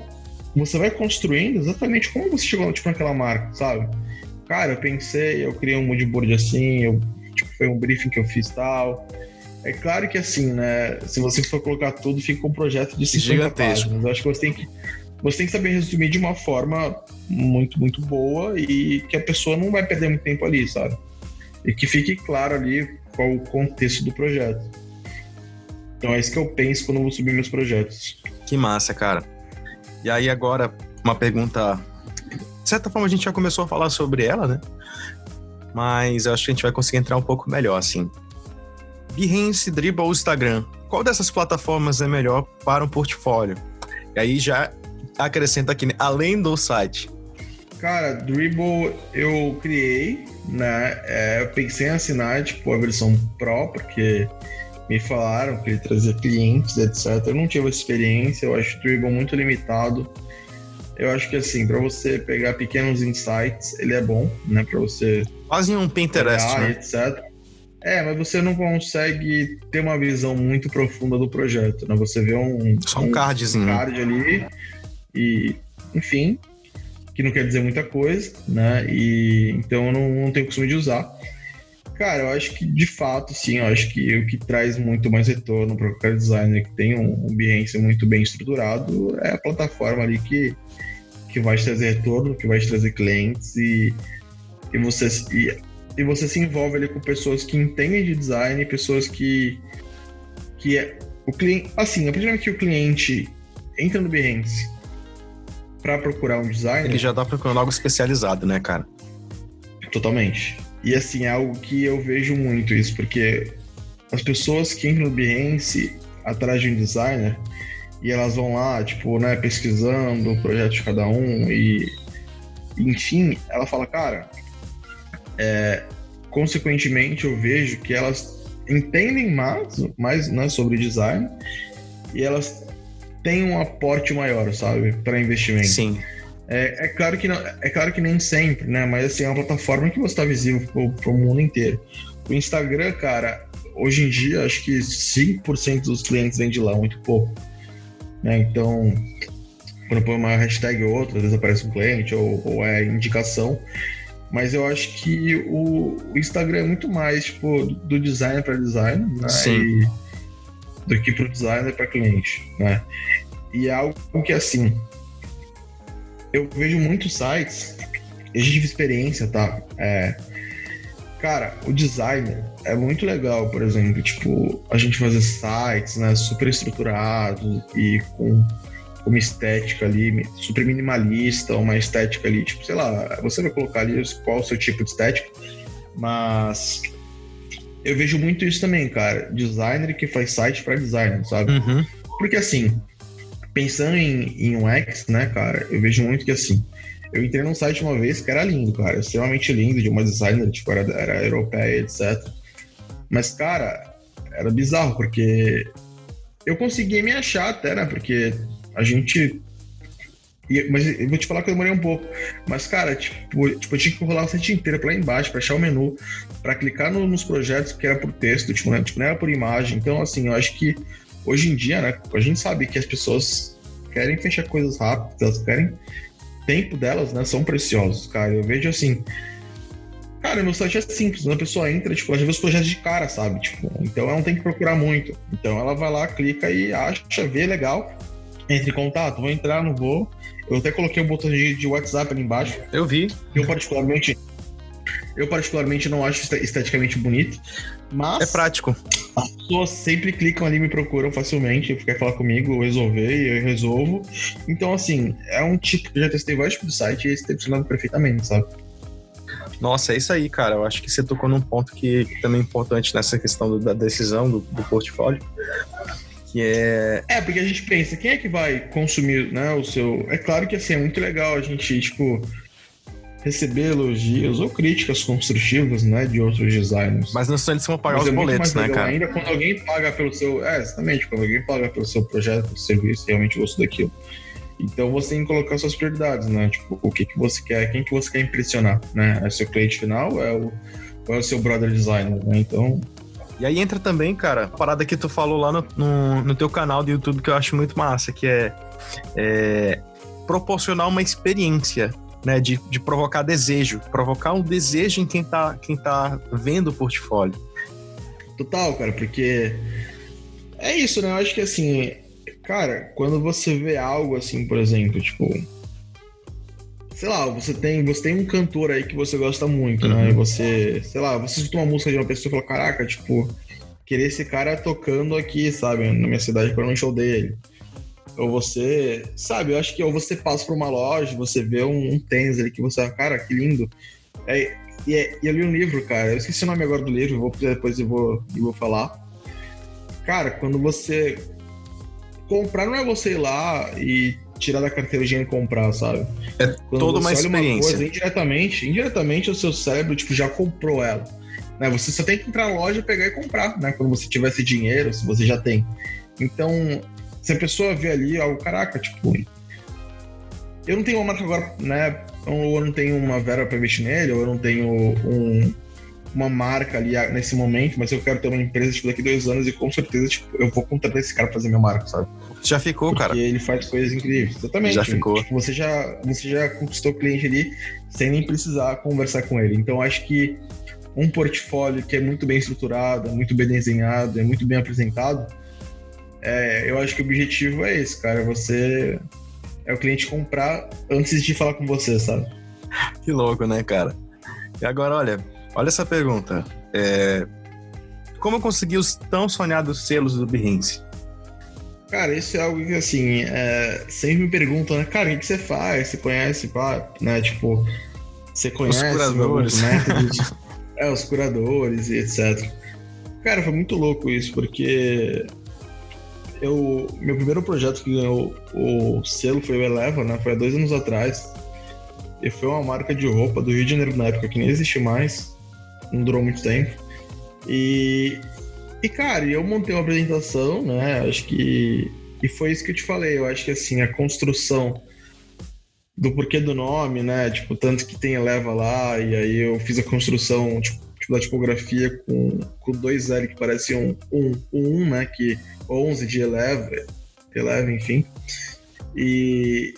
vai construindo exatamente como você chegou, tipo, naquela marca, sabe? Cara, eu criei um moodboard assim, foi um briefing que eu fiz tal. É claro que assim, né, se você for colocar tudo, fica um projeto de 50 páginas. Eu acho que você tem que saber resumir de uma forma muito, muito boa e que a pessoa não vai perder muito tempo ali, sabe? E que fique claro ali qual o contexto do projeto. Então é isso que eu penso quando eu vou subir meus projetos. Que massa, cara. E aí agora, uma pergunta... De certa forma, a gente já começou a falar sobre ela, né? Mas eu acho que a gente vai conseguir entrar um pouco melhor, assim. Behance, Dribbble ou Instagram? Qual dessas plataformas é melhor para um portfólio? E aí já acrescenta aqui, né? Além do site. Cara, Dribbble eu criei, né? Eu pensei em assinar, tipo, a versão Pro, porque me falaram que ele trazia clientes, etc. Eu não tive essa experiência, eu acho o Dribbble muito limitado. Eu acho que, assim, para você pegar pequenos insights, ele é bom, né? Para você... Quase um Pinterest, pegar, né? etc. Mas você não consegue ter uma visão muito profunda do projeto, né? Você vê só um cardzinho. Um card ali, e, enfim, que não quer dizer muita coisa, né? E então eu não tenho costume de usar. Cara, eu acho que, de fato, sim, eu acho que o que traz muito mais retorno para qualquer designer que tem um Behance muito bem estruturado é a plataforma ali que vai te trazer retorno, que vai te trazer clientes e você se envolve ali com pessoas que entendem de design, pessoas que o cliente, assim, a partir do momento que o cliente entra no Behance para procurar um designer, ele já tá procurando algo especializado, né, cara? Totalmente. E assim, é algo que eu vejo muito isso, porque as pessoas que entram no Behance atrás de um designer e elas vão lá, tipo, né, pesquisando o projeto de cada um e enfim, ela fala, cara, consequentemente eu vejo que elas entendem mais né, sobre design e elas têm um aporte maior, sabe, para investimento. Sim. É claro que nem sempre, né? Mas assim, é uma plataforma que você está visível pro mundo inteiro. O Instagram, cara, hoje em dia, acho que 5% dos clientes vêm de lá, muito pouco. Né? Então, quando põe uma hashtag ou outra, às vezes aparece um cliente ou é indicação. Mas eu acho que o Instagram é muito mais, tipo, do designer para designer, né? Sim. Do que pro designer para cliente, né? E é algo que, assim, eu vejo muitos sites, eu já tive experiência, tá? Cara, o designer é muito legal, por exemplo, tipo, a gente fazer sites, né, super estruturados e com uma estética ali, super minimalista, uma estética ali, tipo, sei lá, você vai colocar ali qual o seu tipo de estética, mas eu vejo muito isso também, cara, designer que faz site para designer, sabe? Uhum. Porque assim, pensando em UX, né, cara, eu vejo muito que assim, eu entrei num site uma vez que era lindo, cara, extremamente lindo, de uma designer, tipo, era europeia, etc. Mas, cara, era bizarro, porque eu consegui me achar até, né, porque a gente... Mas eu vou te falar que eu demorei um pouco. Mas, cara, tipo eu tinha que rolar o site inteiro pra lá embaixo, pra achar o menu, pra clicar nos projetos que era por texto, tipo, não era por imagem. Então, assim, eu acho que hoje em dia, né, a gente sabe que as pessoas querem fechar coisas rápidas, elas querem tempo delas, né, são preciosos, cara. Eu vejo assim, cara, meu site é simples, uma pessoa entra, tipo, ela já vê os projetos de cara, sabe, tipo, então ela não tem que procurar muito. Então ela vai lá, clica e acha, vê, legal, entra em contato, vou entrar, não vou. Eu até coloquei um botão de WhatsApp ali embaixo. Eu vi. Eu particularmente não acho esteticamente bonito, mas... É prático. As pessoas sempre clicam ali e me procuram facilmente, quer falar comigo, eu resolver e eu resolvo. Então, assim, é um tipo que eu já testei vários tipos de site e esse tem funcionado perfeitamente, sabe? Nossa, é isso aí, cara. Eu acho que você tocou num ponto que também é importante nessa questão da decisão do portfólio, que é... porque a gente pensa, quem é que vai consumir, né, o seu... É claro que, assim, é muito legal a gente, tipo, receber elogios ou críticas construtivas, né, de outros designers. Mas não são eles que vão pagar os boletos, né, cara? Ainda quando alguém paga pelo seu... exatamente, quando alguém paga pelo seu projeto, pelo serviço, realmente gosto daquilo. Então você tem que colocar suas prioridades, né? Tipo, o que você quer, quem que você quer impressionar, né? É seu cliente final, é o seu brother designer, né? Então... E aí entra também, cara, a parada que tu falou lá no teu canal do YouTube, que eu acho muito massa, que é proporcionar uma experiência, né? De provocar desejo, provocar um desejo em quem tá vendo o portfólio. Total, cara, porque é isso, né? Eu acho que assim... Cara, quando você vê algo assim, por exemplo, tipo... Sei lá, você tem um cantor aí que você gosta muito, né? E você, sei lá, você escuta uma música de uma pessoa e fala, caraca, tipo... Querer esse cara tocando aqui, sabe? Na minha cidade para um show dele. Ou você... Sabe, eu acho que ou você passa por uma loja, você vê um tênis ali que você fala, cara, que lindo. E eu li um livro, cara. Eu esqueci o nome agora do livro, depois eu vou falar. Cara, quando você... Comprar não é você ir lá e tirar da carteira de dinheiro e comprar, sabe? É quando toda uma experiência. Uma coisa, indiretamente o seu cérebro, tipo, já comprou ela. Né? Você só tem que entrar na loja, pegar e comprar, né? Quando você tiver esse dinheiro, se você já tem. Então, se a pessoa vê ali algo, caraca, tipo... Eu não tenho uma marca agora, né? Ou eu não tenho uma verba pra investir nele, ou eu não tenho uma marca ali nesse momento, mas eu quero ter uma empresa, tipo, daqui 2 anos e com certeza, tipo, eu vou contratar esse cara pra fazer minha marca, sabe? Já ficou, Porque cara. ele faz coisas incríveis. Exatamente. Já ficou. Tipo, você já conquistou o cliente ali sem nem precisar conversar com ele. Então, acho que um portfólio que é muito bem estruturado, muito bem desenhado, é muito bem apresentado, eu acho que o objetivo é esse, cara. Você... É o cliente comprar antes de falar com você, sabe? Que louco, né, cara? E agora, olha essa pergunta. Como conseguir os tão sonhados selos do Behance? Cara, isso é algo que, assim, sempre me perguntam, né? Cara, o que você faz? Você conhece, né? Tipo, você conhece os curadores, métodos? Os curadores e etc. Cara, foi muito louco isso, porque meu primeiro projeto que ganhou o selo foi o Eleva, né? Foi há 2 anos atrás. E foi uma marca de roupa do Rio de Janeiro na época, que nem existe mais. Não durou muito tempo. E cara, eu montei uma apresentação, né? Acho que... E foi isso que eu te falei. Eu acho que, assim, a construção do porquê do nome, né? Tipo, tanto que tem Eleva lá. E aí eu fiz a construção, tipo da tipografia com 2 L que parece um, né? Que 11 de Eleva, enfim. E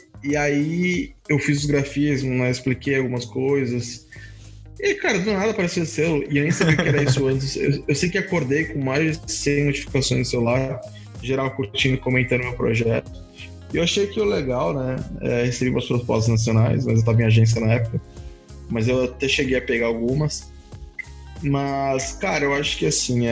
aí eu fiz os grafismos, né? Expliquei algumas coisas. E, cara, do nada apareceu o selo. E eu nem sabia o que era isso antes. Eu sei que acordei com mais de 100 notificações no celular, geral curtindo e comentando meu projeto. E eu achei aquilo legal, né? Recebi umas propostas nacionais, mas eu estava em agência na época. Mas eu até cheguei a pegar algumas. Mas, cara, eu acho que, assim,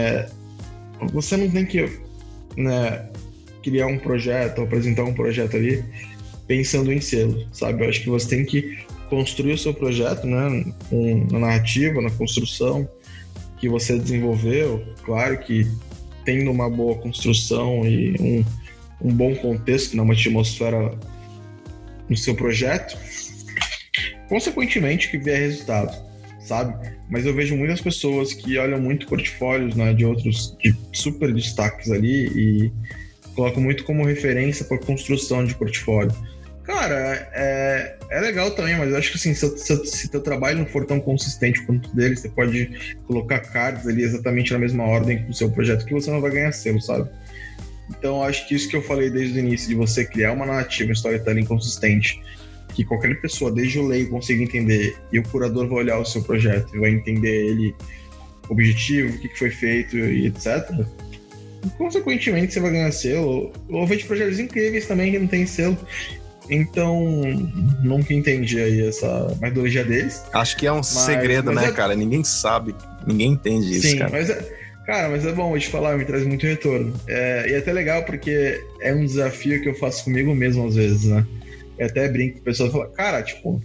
você não tem que, né, criar um projeto ou apresentar um projeto ali pensando em selo, sabe? Eu acho que você tem que construir o seu projeto, né, na narrativa, na construção que você desenvolveu. Claro que tendo uma boa construção e um bom contexto, né, uma atmosfera no seu projeto, consequentemente que vier resultado, sabe? Mas eu vejo muitas pessoas que olham muito portfólios, né, de outros de super destaques ali e colocam muito como referência para construção de portfólio. Cara, é legal também, mas eu acho que, assim, se teu trabalho não for tão consistente quanto o dele, você pode colocar cards ali exatamente na mesma ordem que o seu projeto, que você não vai ganhar selo, sabe? Então, acho que isso que eu falei desde o início, de você criar uma narrativa, um storytelling consistente, que qualquer pessoa, desde o leigo, consiga entender, e o curador vai olhar o seu projeto e vai entender ele, o objetivo, o que foi feito e etc. E, consequentemente, você vai ganhar selo. Ou vejo projetos incríveis também que não tem selo. Então, nunca entendi aí essa metodologia deles. Acho que é um segredo, né, cara? Ninguém sabe, ninguém entende isso, sim, cara. Mas é bom, vou te falar, me traz muito retorno. E é até legal porque é um desafio que eu faço comigo mesmo às vezes, né? Eu até brinco com o pessoal e falo, cara, tipo,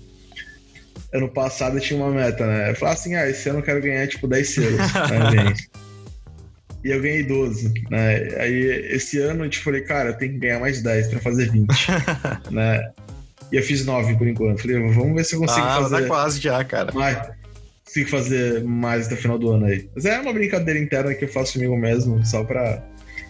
ano passado eu tinha uma meta, né? Eu falo assim, esse ano eu quero ganhar, tipo, 10 selos, né, E eu ganhei 12, né? Aí esse ano eu te falei, cara, eu tenho que ganhar mais 10 pra fazer 20, né? E eu fiz 9 por enquanto. Falei, vamos ver se eu consigo fazer. Tá quase já, cara. Consigo fazer mais até o final do ano aí. Mas é uma brincadeira interna que eu faço comigo mesmo, só pra...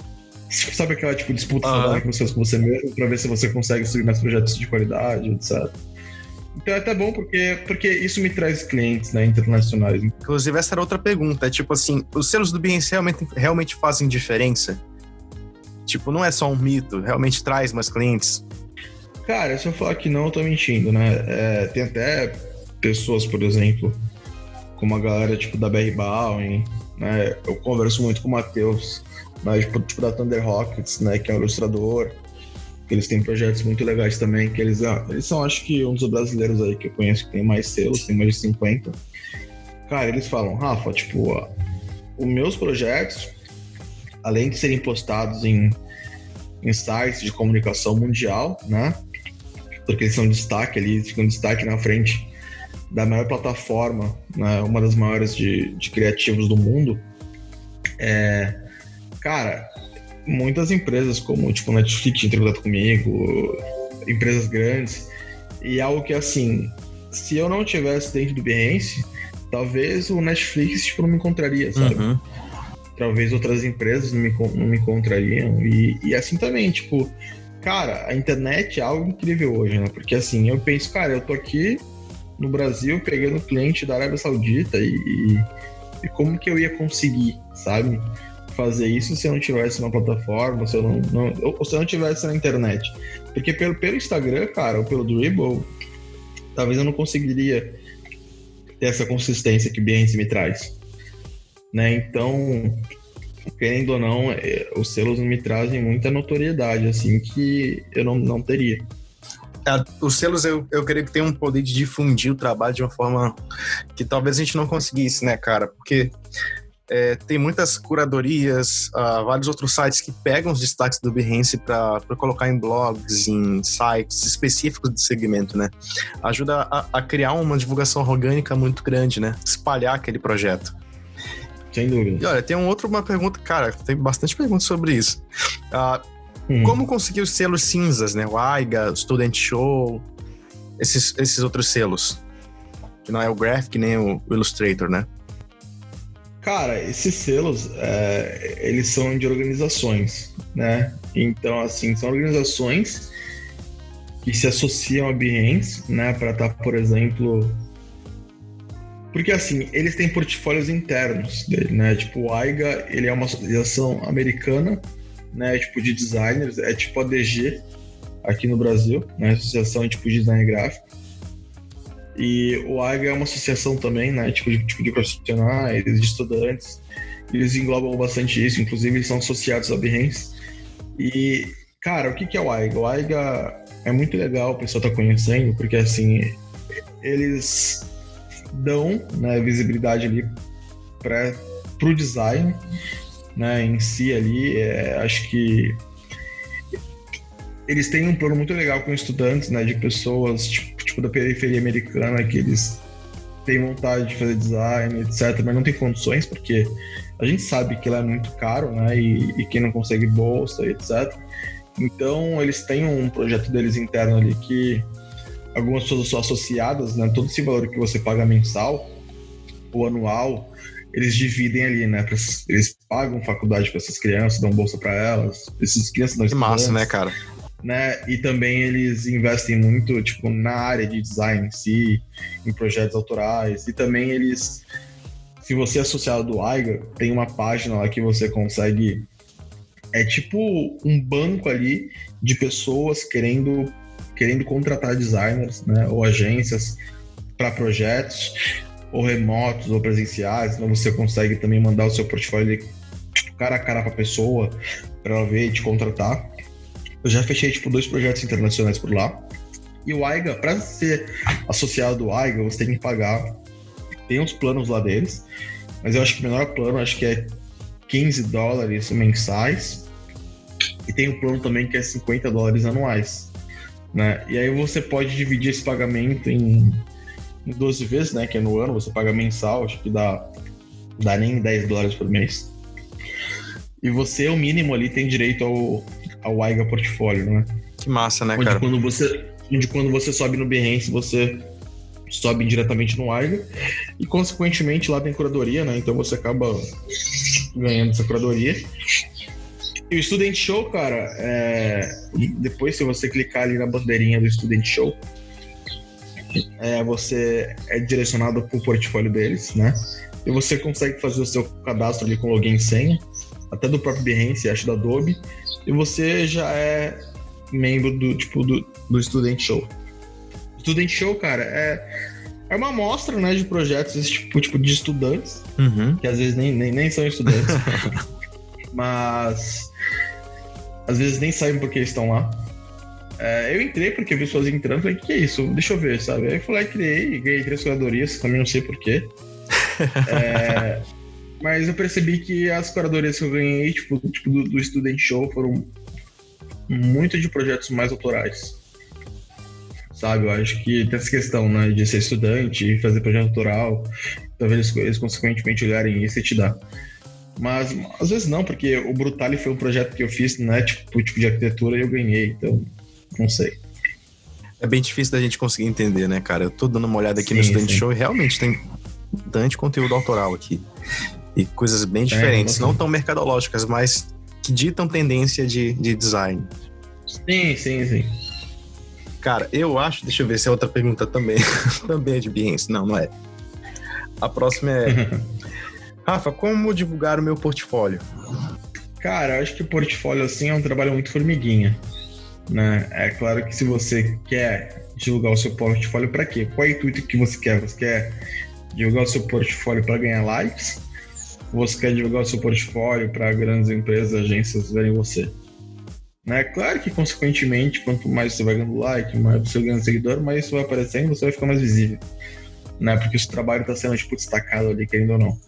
Sabe aquela, tipo, disputa saudável que você faz com você mesmo, pra ver se você consegue subir mais projetos de qualidade, etc. Então é até bom porque isso me traz clientes, né, internacionais. Inclusive, essa era outra pergunta. É tipo assim, os selos do Behance realmente fazem diferença? Tipo, não é só um mito, realmente traz mais clientes? Cara, se eu falar que não, eu tô mentindo, né? Tem até pessoas, por exemplo, como a galera tipo da BR Bowling, né? Eu converso muito com o Matheus, né, tipo da Thunder Rockets, né, que é um ilustrador. Eles têm projetos muito legais também, que eles são, acho que, um dos brasileiros aí que eu conheço que tem mais selos, tem mais de 50. Cara, eles falam, Rafa, tipo, os meus projetos, além de serem postados em sites de comunicação mundial, né, porque eles são destaque ali, eles ficam destaque na frente da maior plataforma, né, uma das maiores de criativos do mundo, cara, muitas empresas como tipo Netflix entrou em contato comigo, empresas grandes, e algo que, assim, se eu não tivesse dentro do Behance, talvez o Netflix tipo, não me encontraria, sabe? Uhum. Talvez outras empresas não me encontrariam, e assim também, tipo, cara, a internet é algo incrível hoje, né? Porque, assim, eu penso, cara, eu tô aqui no Brasil pegando cliente da Arábia Saudita e E como que eu ia conseguir, sabe, fazer isso se eu não tivesse uma plataforma, se eu ou se eu não tivesse na internet? Porque pelo Instagram, cara, ou pelo Dribbble, talvez eu não conseguiria ter essa consistência que o Behance me traz, né? Então, querendo ou não, os selos me trazem muita notoriedade, assim, que eu não teria. Os selos, eu creio que tem um poder de difundir o trabalho de uma forma que talvez a gente não conseguisse, né, cara? Porque tem muitas curadorias, vários outros sites que pegam os destaques do Behance para colocar em blogs, em sites específicos do segmento, né? Ajuda a criar uma divulgação orgânica muito grande, né? Espalhar aquele projeto. Sem dúvida. E olha, tem uma pergunta, cara, tem bastante perguntas sobre isso. Como conseguir os selos cinzas, né? O AIGA, o Student Show, esses outros selos? Que não é o Graphic nem o Illustrator, né? Cara, esses selos, eles são de organizações, né? Então, assim, são organizações que se associam a Behance, né? Para estar, por exemplo... Porque, assim, eles têm portfólios internos dele, né? Tipo, o AIGA, ele é uma associação americana, né? Tipo, de designers, é tipo a DG aqui no Brasil, né? Associação tipo de design gráfico. E o AIGA é uma associação também, né? Tipo de profissionais, de estudantes. Eles englobam bastante isso, inclusive eles são associados a Behance. E, cara, o que é o AIGA? O AIGA é muito legal o pessoal tá conhecendo, porque, assim, eles dão, né, visibilidade ali pro design, né, em si ali. Acho que eles têm um plano muito legal com estudantes, né, de pessoas tipo da periferia americana, que eles têm vontade de fazer design, etc, mas não tem condições, porque a gente sabe que lá é muito caro, né, e quem não consegue bolsa, etc. Então eles têm um projeto deles interno ali que algumas pessoas são associadas, né, todo esse valor que você paga mensal ou anual, eles dividem ali, né? Eles pagam faculdade para essas crianças, dão bolsa para elas. Essas crianças dão estudantes. Que massa, né, cara? Né? E também eles investem muito, tipo, na área de design em si, em projetos autorais. E também eles, se você é associado do AIGA, tem uma página lá que você consegue... É tipo um banco ali de pessoas querendo contratar designers, né? Ou agências para projetos, ou remotos, ou presenciais. Então você consegue também mandar o seu portfólio tipo, cara a cara para a pessoa, para ela ver e te contratar. Eu já fechei tipo 2 projetos internacionais por lá. E o AIGA, para ser associado ao AIGA, você tem que pagar. Tem uns planos lá deles, mas eu acho que o menor plano acho que é $15 mensais. E tem um plano também que é $50 anuais, né? E aí você pode dividir esse pagamento em 12 vezes, né? Que é no ano, você paga mensal, acho que dá nem $10 por mês. E você, o mínimo ali, tem direito ao AIGA Portfólio, né? Que massa, né, onde cara? Quando você sobe no Behance, você sobe diretamente no AIGA. E, consequentemente, lá tem curadoria, né? Então você acaba ganhando essa curadoria. E o Student Show, cara, depois, se você clicar ali na bandeirinha do Student Show, você é direcionado para o portfólio deles, né? E você consegue fazer o seu cadastro ali com login e senha, até do próprio Behance, acho da Adobe, e você já é membro do Student Show. O Student Show, cara, é uma amostra, né, de projetos esse tipo de estudantes, que às vezes nem são estudantes, mas às vezes nem sabem por que estão lá. Eu entrei porque eu vi pessoas entrando, falei, o que é isso? Deixa eu ver, sabe? Aí eu fui lá e criei, ganhei 3 curadorias, também não sei porquê. Mas eu percebi que as curadorias que eu ganhei, tipo do Student Show, foram muito de projetos mais autorais. Sabe? Eu acho que tem essa questão, né, de ser estudante e fazer projeto autoral, talvez eles consequentemente olharem isso e te dar. Mas às vezes não, porque o Brutale foi um projeto que eu fiz, né, tipo de arquitetura, e eu ganhei, então não sei. É bem difícil da gente conseguir entender, né, cara? Eu tô dando uma olhada aqui no Student Show e realmente tem bastante conteúdo autoral aqui. E coisas bem diferentes, não tão mercadológicas, mas que ditam tendência de design. Sim. Cara, eu acho... Deixa eu ver se é outra pergunta também. Também é de Behance. Não é. A próxima é... Rafa, como divulgar o meu portfólio? Cara, eu acho que o portfólio, assim, é um trabalho muito formiguinha, né? É claro que se você quer divulgar o seu portfólio, para quê? Qual é o intuito que você quer? Você quer divulgar o seu portfólio para ganhar likes? Ou você quer divulgar o seu portfólio para grandes empresas, agências verem você? Né? Claro que, consequentemente, quanto mais você vai ganhando like, mais você ganha seguidor, mais isso vai aparecendo, você vai ficar mais visível, né? Porque o seu trabalho está sendo, tipo, destacado ali, querendo ou não.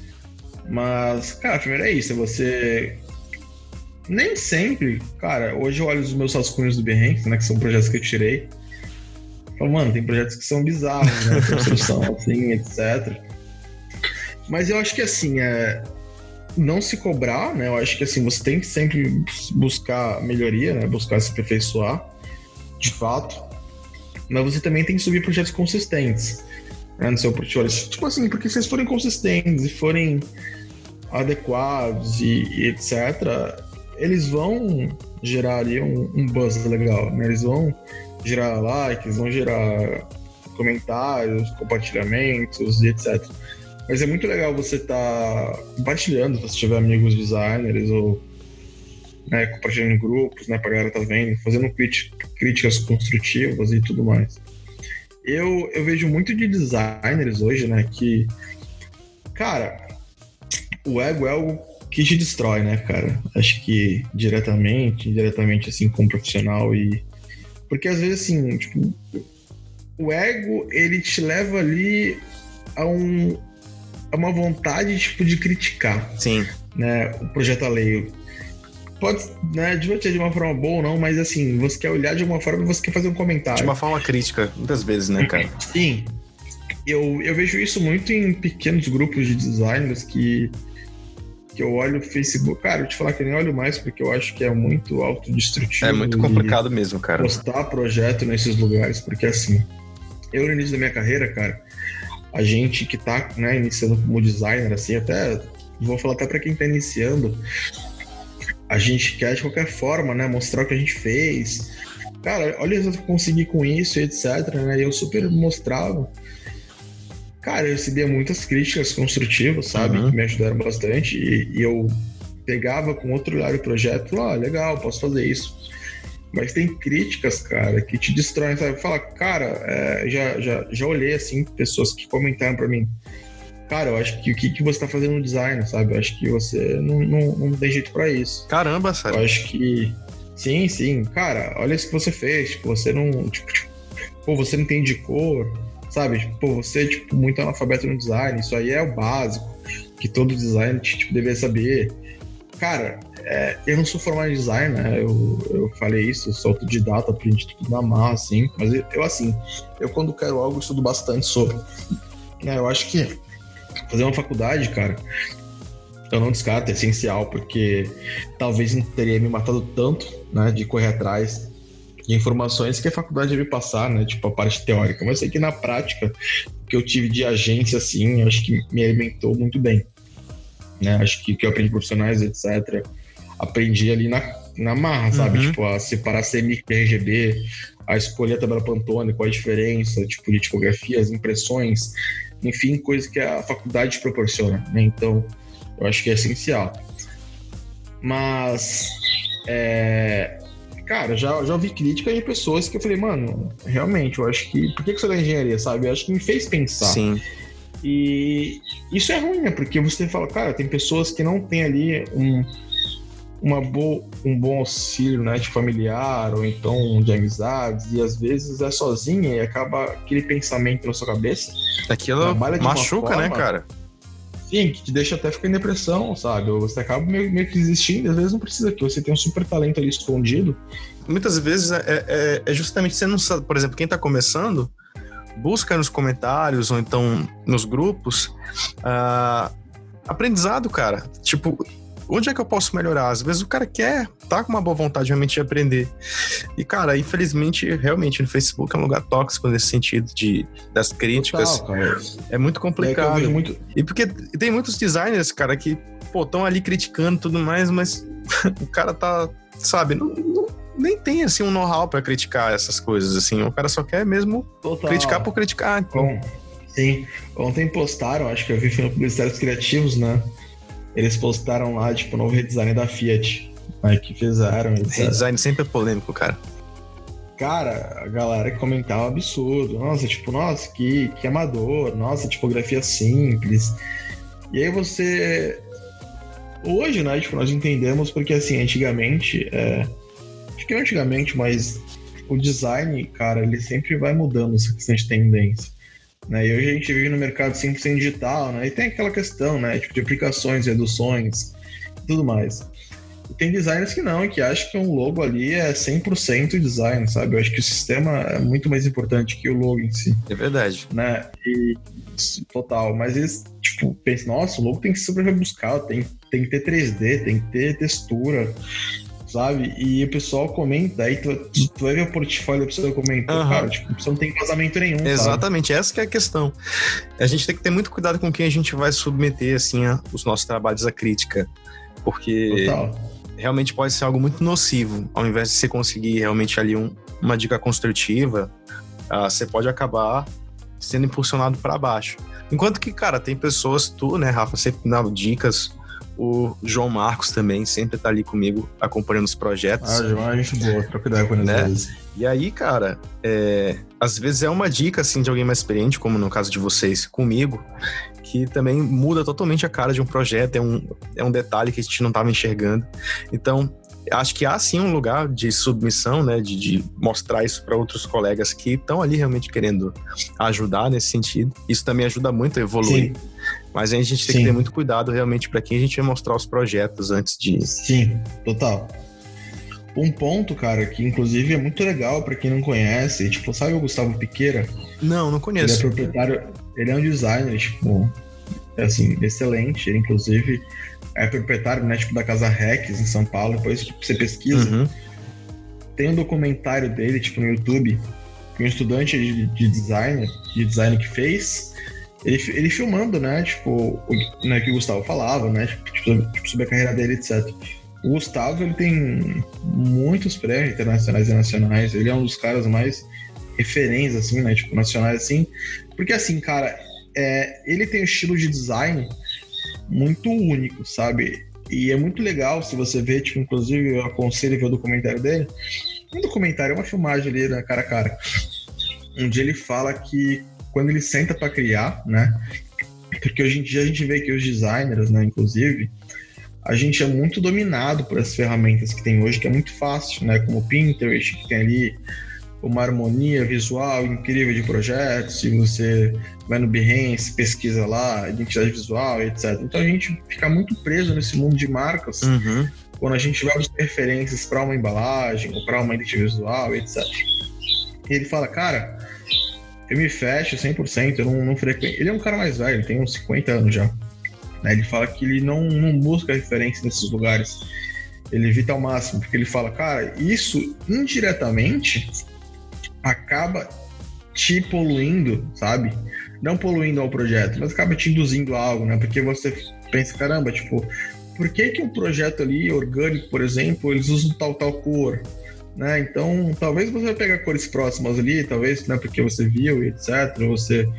Mas, cara, primeiro é isso, é você... Nem sempre, cara, hoje eu olho os meus rascunhos do Behance, né, que são projetos que eu tirei. Falo, mano, tem projetos que são bizarros, né, construção, assim, etc. Mas eu acho que, assim, não se cobrar, né, eu acho que, assim, você tem que sempre buscar melhoria, né, buscar se aperfeiçoar, de fato. Mas você também tem que subir projetos consistentes, né, no seu portfólio. Tipo assim, porque se vocês forem consistentes e forem adequados e etc., eles vão gerar ali um buzz legal, né? Eles vão gerar likes, vão gerar comentários, compartilhamentos e etc. Mas é muito legal você estar compartilhando, se você tiver amigos designers ou, né, compartilhando em grupos, né, pra galera tá vendo, fazendo críticas construtivas e tudo mais. Eu vejo muito de designers hoje, né, que, cara, o ego é algo que te destrói, né, cara? Acho que diretamente, indiretamente, assim, como profissional e... Porque, às vezes, assim, tipo, o ego, ele te leva ali a uma vontade, tipo, de criticar. Sim. Né, o projeto alheio. Pode, né, divertir de uma forma boa ou não, mas, assim, você quer olhar de uma forma e você quer fazer um comentário. De uma forma crítica, muitas vezes, né, cara? Sim. Eu vejo isso muito em pequenos grupos de designers que eu olho o Facebook, cara, eu te falar que eu nem olho mais porque eu acho que é muito autodestrutivo. É muito complicado mesmo, cara. Postar projeto nesses lugares, porque assim, eu no início da minha carreira, cara, a gente que tá, né, iniciando como designer, assim, até, vou falar até pra quem tá iniciando, a gente quer de qualquer forma, né, mostrar o que a gente fez. Cara, olha o que eu consegui com isso, etc, né, e eu super mostrava. Cara, eu recebia muitas críticas construtivas, sabe? Que me ajudaram bastante. E eu pegava com outro olhar o projeto. Legal, posso fazer isso. Mas tem críticas, cara, que te destroem, sabe? Fala, cara, já olhei, assim, pessoas que comentaram pra mim. Cara, eu acho que o que você tá fazendo no design, sabe? Eu acho que você não tem jeito pra isso. Caramba, sério. Eu acho que... Sim. Cara, olha isso que você fez. Tipo, você não... Pô, você não entende cor... Sabe, pô, você é, muito analfabeto no design, isso aí é o básico, que todo designer, deveria saber. Cara, eu não sou formado em design, né, eu falei isso, eu sou autodidata, aprendi tudo na marra, assim, mas eu quando quero algo, estudo bastante sobre. Eu acho que fazer uma faculdade, cara, eu não descarto, é essencial, porque talvez não teria me matado tanto, né, de correr atrás de informações que a faculdade deve passar, né? Tipo, a parte teórica. Mas eu sei que na prática, o que eu tive de agência, assim, acho que me alimentou muito bem. Né? Acho que o que eu aprendi profissionais, etc., aprendi ali na marra, sabe? Tipo, a separar CMYK e RGB, a escolher a tabela Pantone, qual a diferença, tipo, de tipografia, as impressões, enfim, coisas que a faculdade proporciona, né? Então, eu acho que é essencial. Mas, cara, já ouvi crítica de pessoas que eu falei, mano, realmente, eu acho que... Por que você é engenharia, sabe? Eu acho que me fez pensar. Sim. E isso é ruim, né? Porque você fala, cara, tem pessoas que não têm ali um bom auxílio, né? De familiar, ou então de amizades, e às vezes é sozinha e acaba aquele pensamento na sua cabeça. Aquilo machuca, forma, né, cara? Sim, que te deixa até ficar em depressão, sabe? Ou você acaba meio que desistindo, às vezes não precisa, que você tem um super talento ali escondido. Muitas vezes é justamente você não sabe, por exemplo, quem tá começando, busca nos comentários ou então nos grupos aprendizado, cara. Tipo, onde é que eu posso melhorar? Às vezes o cara tá com uma boa vontade realmente de aprender. E, cara, infelizmente, realmente, no Facebook é um lugar tóxico nesse sentido das críticas. Total, cara. É muito complicado. Muito... E porque tem muitos designers, cara, que, estão ali criticando e tudo mais, mas o cara tá, sabe, nem tem, assim, um know-how pra criticar essas coisas, assim. O cara só quer mesmo criticar por criticar. Então. Sim, ontem postaram, acho que eu vi no Publicitários Criativos, né? Eles postaram lá, tipo, o novo redesign da Fiat, né, que fizeram. Redesign sempre é polêmico, cara. Cara, a galera que comentava absurdo. Nossa, tipo, nossa, que amador. Nossa, tipografia simples. E aí você... Hoje, né, tipo, nós entendemos porque, assim, antigamente... Acho que não antigamente, mas o design, cara, ele sempre vai mudando essa questão de tendência. Né? E hoje a gente vive no mercado 100% digital, né? E tem aquela questão, né, tipo, de aplicações, reduções, tudo mais. E tem designers que não, que acham que um logo ali é 100% design, sabe? Eu acho que o sistema é muito mais importante que o logo em si. É verdade. Né? E total, mas eles, tipo, pensam, nossa, o logo tem que ser super rebuscado, tem que ter 3D, tem que ter textura, sabe? E o pessoal comenta, aí tu vai ver o portfólio da pessoa comentar, cara, tipo, a pessoa não tem vazamento nenhum, exatamente, sabe? essa que é a questão. A gente tem que ter muito cuidado com quem a gente vai submeter, assim, os nossos trabalhos à crítica, porque realmente pode ser algo muito nocivo. Ao invés de você conseguir realmente ali uma dica construtiva, você pode acabar sendo impulsionado para baixo. Enquanto que, cara, tem pessoas, tu, né, Rafa, sempre dando dicas. O João Marcos também sempre tá ali comigo, acompanhando os projetos. João é gente boa, troca ideia com ele às vezes. E aí, cara, às vezes é uma dica, assim, de alguém mais experiente, como no caso de vocês, comigo, que também muda totalmente a cara de um projeto, é um detalhe que a gente não tava enxergando. Então, acho que há sim um lugar de submissão, né, de mostrar isso para outros colegas que estão ali realmente querendo ajudar nesse sentido. Isso também ajuda muito a evoluir. Sim. Mas a gente tem que ter muito cuidado realmente para quem a gente vai mostrar os projetos antes de... Sim, total. Um ponto, cara, que inclusive é muito legal para quem não conhece, tipo, sabe o Gustavo Piqueira? Não conheço. Ele é proprietário, ele é um designer, tipo, assim, excelente. Ele, inclusive, é proprietário, né, tipo, da Casa Rex em São Paulo. Depois tipo, você pesquisa. Tem um documentário dele, tipo, no YouTube, que um estudante de design que fez... Ele filmando, né, tipo, né, que o Gustavo falava, né, tipo, sobre a carreira dele, etc. O Gustavo, ele tem muitos prêmios internacionais e nacionais, ele é um dos caras mais referentes, assim, né, tipo, nacionais, assim, porque, assim, cara, ele tem um estilo de design muito único, sabe, e é muito legal se você ver, tipo, inclusive, eu aconselho ver o documentário dele. Um documentário é uma filmagem ali, né, cara a cara, onde ele fala que quando ele senta para criar, né? Porque hoje em dia a gente vê que os designers, né, inclusive, a gente é muito dominado por essas ferramentas que tem hoje, que é muito fácil, né? Como o Pinterest, que tem ali uma harmonia visual incrível de projetos, se você vai no Behance, pesquisa lá, identidade visual, etc. Então a gente fica muito preso nesse mundo de marcas, quando a gente vai buscar referências para uma embalagem ou para uma identidade visual, etc. E ele fala, cara... Eu me fecho 100%, eu não frequento. Ele é um cara mais velho, ele tem uns 50 anos já. Né? Ele fala que ele não busca referência nesses lugares. Ele evita ao máximo, porque ele fala, cara, isso indiretamente acaba te poluindo, sabe? Não poluindo ao projeto, mas acaba te induzindo a algo, né? Porque você pensa, caramba, tipo, por que um projeto ali, orgânico, por exemplo, eles usam tal cor? Né? Então, talvez você vai pegar cores próximas ali, talvez, né, porque você viu, etc. Você...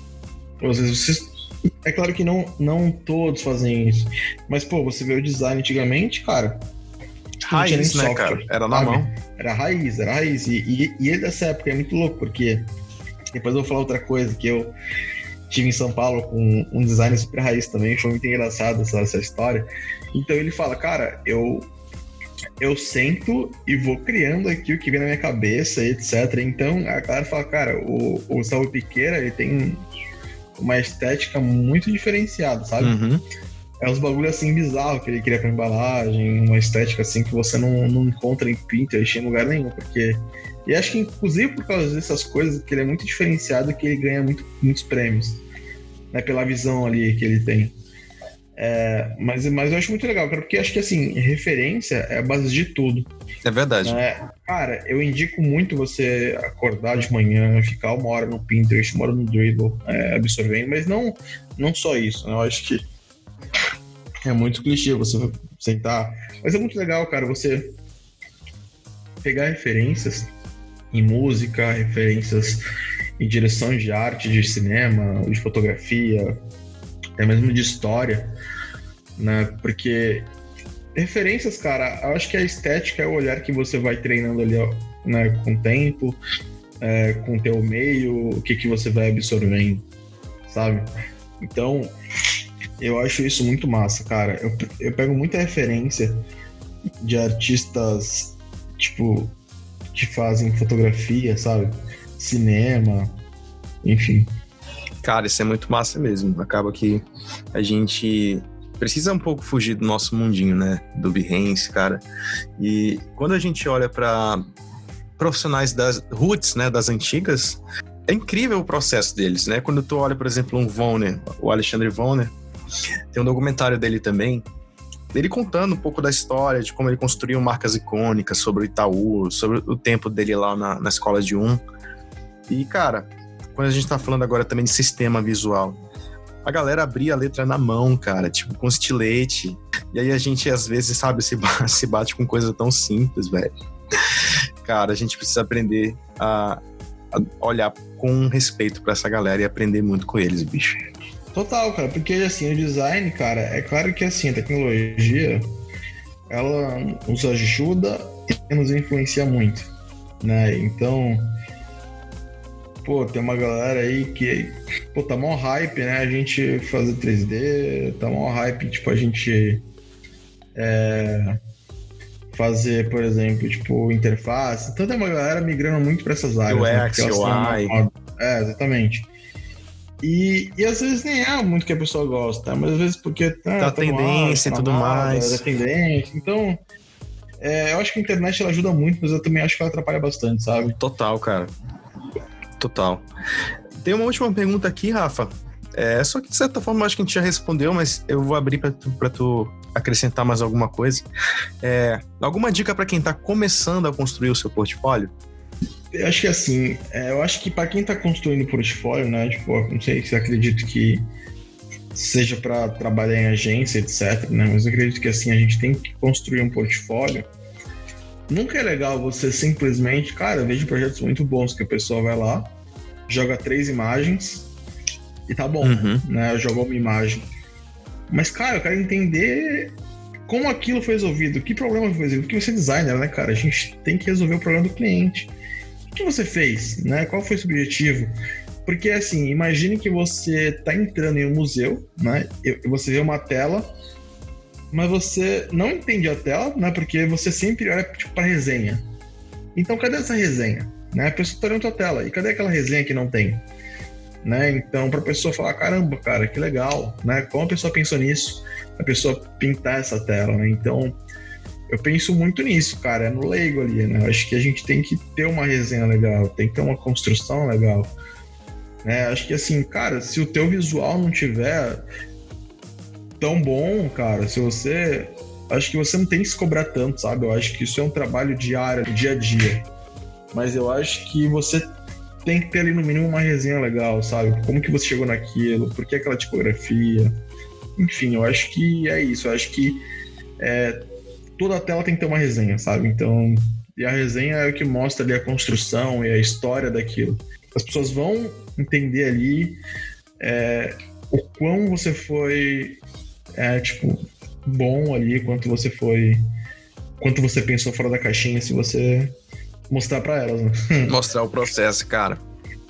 É claro que não todos fazem isso, mas, pô, você vê o design antigamente, cara... Raiz, né, cara? Era na mão. Era raiz. E ele dessa época é muito louco, porque... Depois eu vou falar outra coisa, que eu estive em São Paulo com um designer super raiz também, foi muito engraçado essa história. Então ele fala, cara, eu sento e vou criando aqui o que vem na minha cabeça, etc. Então, a galera fala, cara, o Gustavo Piqueira, ele tem uma estética muito diferenciada, sabe? É uns bagulho assim bizarro que ele cria pra embalagem, uma estética assim que você não encontra em Pinterest em lugar nenhum, porque... E acho que, inclusive, por causa dessas coisas, que ele é muito diferenciado, que ele ganha muitos prêmios, né? Pela visão ali que ele tem. Mas eu acho muito legal, cara, porque acho que, assim, referência é a base de tudo. É verdade. Cara, eu indico muito você acordar de manhã, ficar uma hora no Pinterest, uma hora no Dribbble, absorvendo, mas não só isso, né? Eu acho que é muito clichê você sentar. Mas é muito legal, cara, você pegar referências em música, referências em direção de arte, de cinema, de fotografia, até mesmo de história, né? Porque referências, cara, eu acho que a estética é o olhar que você vai treinando ali, né, com o tempo, com o teu meio, o que você vai absorvendo, sabe? Então, eu acho isso muito massa, cara. Eu pego muita referência de artistas, tipo, que fazem fotografia, sabe? Cinema, enfim. Cara, isso é muito massa mesmo. Acaba que a gente precisa um pouco fugir do nosso mundinho, né? Do Behance, cara. E quando a gente olha para profissionais das roots, né? Das antigas, é incrível o processo deles, né? Quando tu olha, por exemplo, um Vonner, o Alexandre Vonner, tem um documentário dele também, dele contando um pouco da história, de como ele construiu marcas icônicas, sobre o Itaú, sobre o tempo dele lá na escola de E, cara, quando a gente tá falando agora também de sistema visual, a galera abria a letra na mão, cara, tipo, com estilete. E aí a gente, às vezes, sabe, se bate com coisa tão simples, velho. Cara, a gente precisa aprender a olhar com respeito pra essa galera e aprender muito com eles, bicho. Total, cara, porque, assim, o design, cara, é claro que, assim, a tecnologia, ela nos ajuda e nos influencia muito, né? Então, pô, tem uma galera aí que, pô, tá mó hype, né? A gente fazer 3D, tá mó hype, tipo, a gente fazer, por exemplo, tipo, interface. Então tem uma galera migrando muito pra essas áreas. UX, né? UI. Exatamente. E às vezes nem é muito que a pessoa gosta, mas às vezes porque tá tendência e tudo mais. Da tendência. Então, eu acho que a internet ela ajuda muito, mas eu também acho que ela atrapalha bastante, sabe? Total, cara. Total. Tem uma última pergunta aqui, Rafa. Só que de certa forma eu acho que a gente já respondeu, mas eu vou abrir pra tu acrescentar mais alguma coisa. Alguma dica para quem tá começando a construir o seu portfólio? Eu acho que assim, eu acho que para quem tá construindo portfólio, né, tipo, não sei se eu acredito que seja para trabalhar em agência, etc, né, mas eu acredito que assim, a gente tem que construir um portfólio. Nunca é legal você simplesmente, cara, eu vejo projetos muito bons que a pessoa vai lá, joga 3 imagens e tá bom, né, jogou uma imagem. Mas, cara, eu quero entender como aquilo foi resolvido, que problema foi resolvido, porque você é designer, né, cara, a gente tem que resolver o problema do cliente. O que você fez, né? Qual foi o seu objetivo? Porque, assim, imagine que você tá entrando em um museu, né? E você vê uma tela, mas você não entende a tela, né? Porque você sempre olha, tipo, pra resenha. Então, cadê essa resenha? Né? A pessoa tá olhando a tela. E cadê aquela resenha que não tem? Né? Então, pra pessoa falar, caramba, cara, que legal, né? Como a pessoa pensou nisso? A pessoa pintar essa tela, né? Então, eu penso muito nisso, cara, no leigo ali, né? Acho que a gente tem que ter uma resenha legal, tem que ter uma construção legal, né? Acho que assim, cara, se o teu visual não tiver tão bom, cara, acho que você não tem que se cobrar tanto, sabe? Eu acho que isso é um trabalho diário, dia a dia. Mas eu acho que você tem que ter ali no mínimo uma resenha legal, sabe? Como que você chegou naquilo, por que aquela tipografia, enfim, eu acho que é isso, eu acho que toda a tela tem que ter uma resenha, sabe? Então, e a resenha é o que mostra ali a construção e a história daquilo. As pessoas vão entender ali o quão você foi, tipo, bom ali, quanto você pensou fora da caixinha, se você mostrar pra elas, né? Mostrar o processo, cara.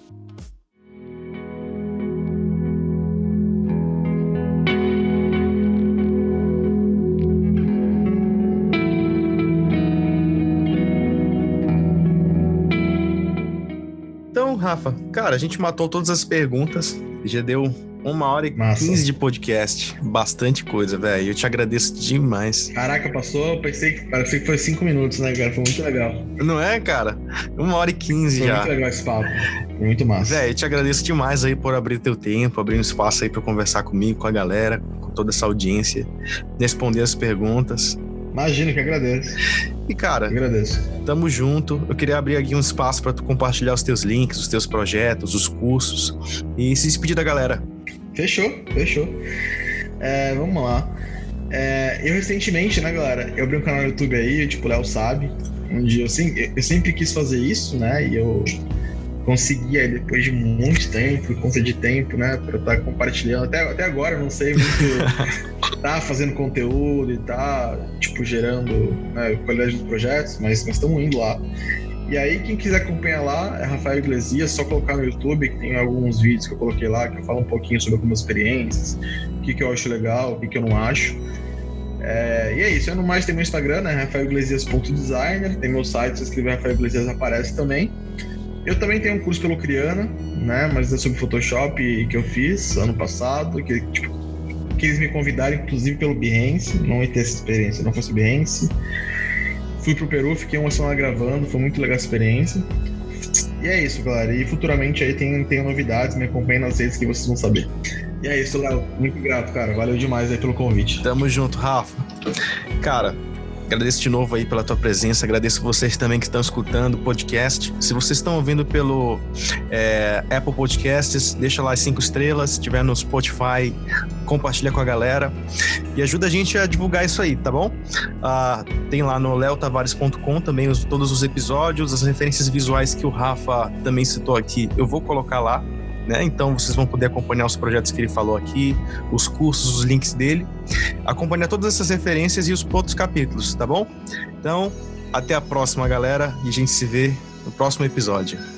Então, Rafa, cara, a gente matou todas as perguntas, já deu 1h15 de podcast, bastante coisa, velho, eu te agradeço demais. Caraca, passou, parecia que foi 5 minutos, né, cara, foi muito legal. Não é, cara? 1h15 já. Foi muito legal esse papo, foi muito massa. Velho, eu te agradeço demais aí por abrir teu tempo, abrir um espaço aí pra conversar comigo, com a galera, com toda essa audiência, responder as perguntas. Imagina, que agradeço. E, cara, agradeço. Tamo junto. Eu queria abrir aqui um espaço pra tu compartilhar os teus links, os teus projetos, os cursos e se despedir da galera. Fechou. Vamos lá. Eu recentemente, né, galera, eu abri um canal no YouTube aí, tipo, o Léo sabe, onde eu sempre quis fazer isso, né, e eu consegui aí, depois de muito tempo, por conta de tempo, né, pra estar compartilhando. Até agora, não sei muito tá fazendo conteúdo e tá, tipo, gerando, né, qualidade dos projetos, mas estamos indo lá. E aí, quem quiser acompanhar lá é Rafael Iglesias, só colocar no YouTube, que tem alguns vídeos que eu coloquei lá, que eu falo um pouquinho sobre algumas experiências, o que eu acho legal, o que eu não acho. E é isso, eu no mais tem meu Instagram, né, rafaeliglesias.designer, tem meu site, se escrever Rafael Iglesias aparece também. Eu também tenho um curso pelo Criana, né, mas é sobre Photoshop que eu fiz ano passado, que eles me convidaram, inclusive pelo Behance, não ia ter essa experiência, não fosse Behance. Fui pro Peru, fiquei uma semana gravando, foi muito legal a experiência. E é isso, galera. E futuramente aí tem novidades, me acompanhem nas redes que vocês vão saber. E é isso, Léo. Muito grato, cara. Valeu demais aí pelo convite. Tamo junto, Rafa. Cara, agradeço de novo aí pela tua presença, agradeço vocês também que estão escutando o podcast. Se vocês estão ouvindo pelo Apple Podcasts, deixa lá as 5 estrelas, se tiver no Spotify, compartilha com a galera e ajuda a gente a divulgar isso aí, tá bom? Tem lá no leotavares.com também todos os episódios, as referências visuais que o Rafa também citou aqui, eu vou colocar lá, né? Então vocês vão poder acompanhar os projetos que ele falou aqui, os cursos, os links dele, acompanhar todas essas referências e os outros capítulos, tá bom? Então, até a próxima, galera, e a gente se vê no próximo episódio.